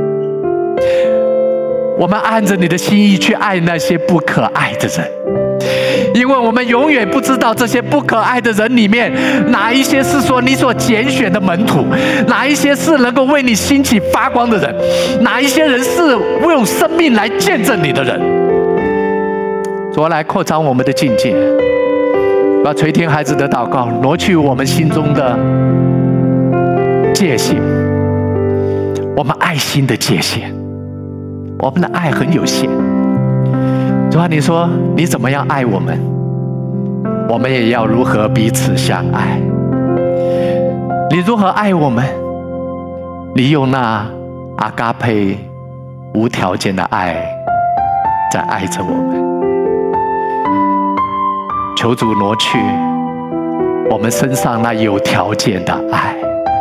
我们按着你的心意去爱那些不可爱的人，因为我们永远不知道这些不可爱的人里面，哪一些是说你所拣选的门徒，哪一些是能够为你兴起发光的人，哪一些人是用生命来见证你的人。主啊，来扩张我们的境界，要垂听孩子的祷告，挪去我们心中的界限，我们爱心的界限。我们的爱很有限。主啊，你说你怎么样爱我们，我们也要如何彼此相爱。你如何爱我们，你用那阿嘎佩无条件的爱在爱着我们。求主挪去我们身上那有条件的爱，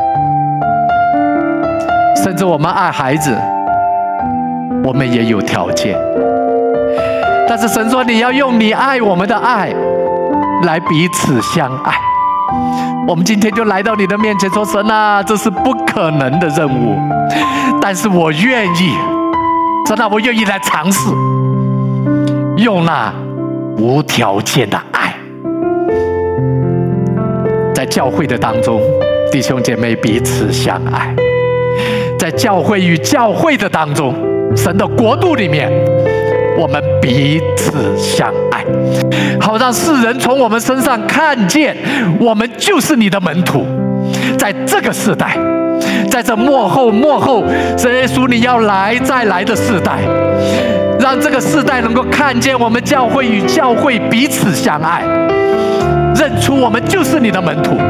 甚至我们爱孩子，我们也有条件，但是神说你要用你爱我们的爱来彼此相爱。我们今天就来到你的面前说，神啊，这是不可能的任务，但是我愿意，神啊，我愿意来尝试用那无条件的爱，在教会的当中弟兄姐妹彼此相爱，在教会与教会的当中，神的国度里面，我们彼此相爱，好让世人从我们身上看见我们就是你的门徒。在这个世代，在这末后神耶稣你要再来的世代，让这个世代能够看见我们教会与教会彼此相爱，认出我们就是你的门徒。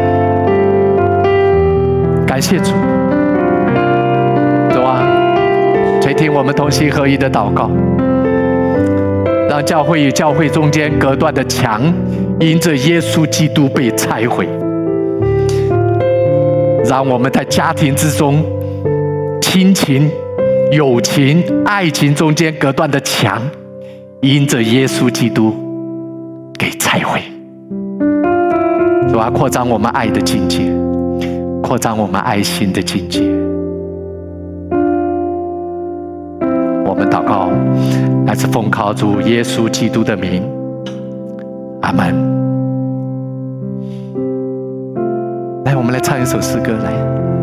感谢主，主啊，垂听我们同心合一的祷告，让教会与教会中间隔断的墙因着耶稣基督被拆毁，让我们在家庭之中亲情、友情、爱情中间隔断的墙因着耶稣基督给拆毁。主啊，扩张我们爱的境界，扩张我们爱心的境界。我们祷告来自奉靠主耶稣基督的名，阿们。来，我们来唱一首诗歌来。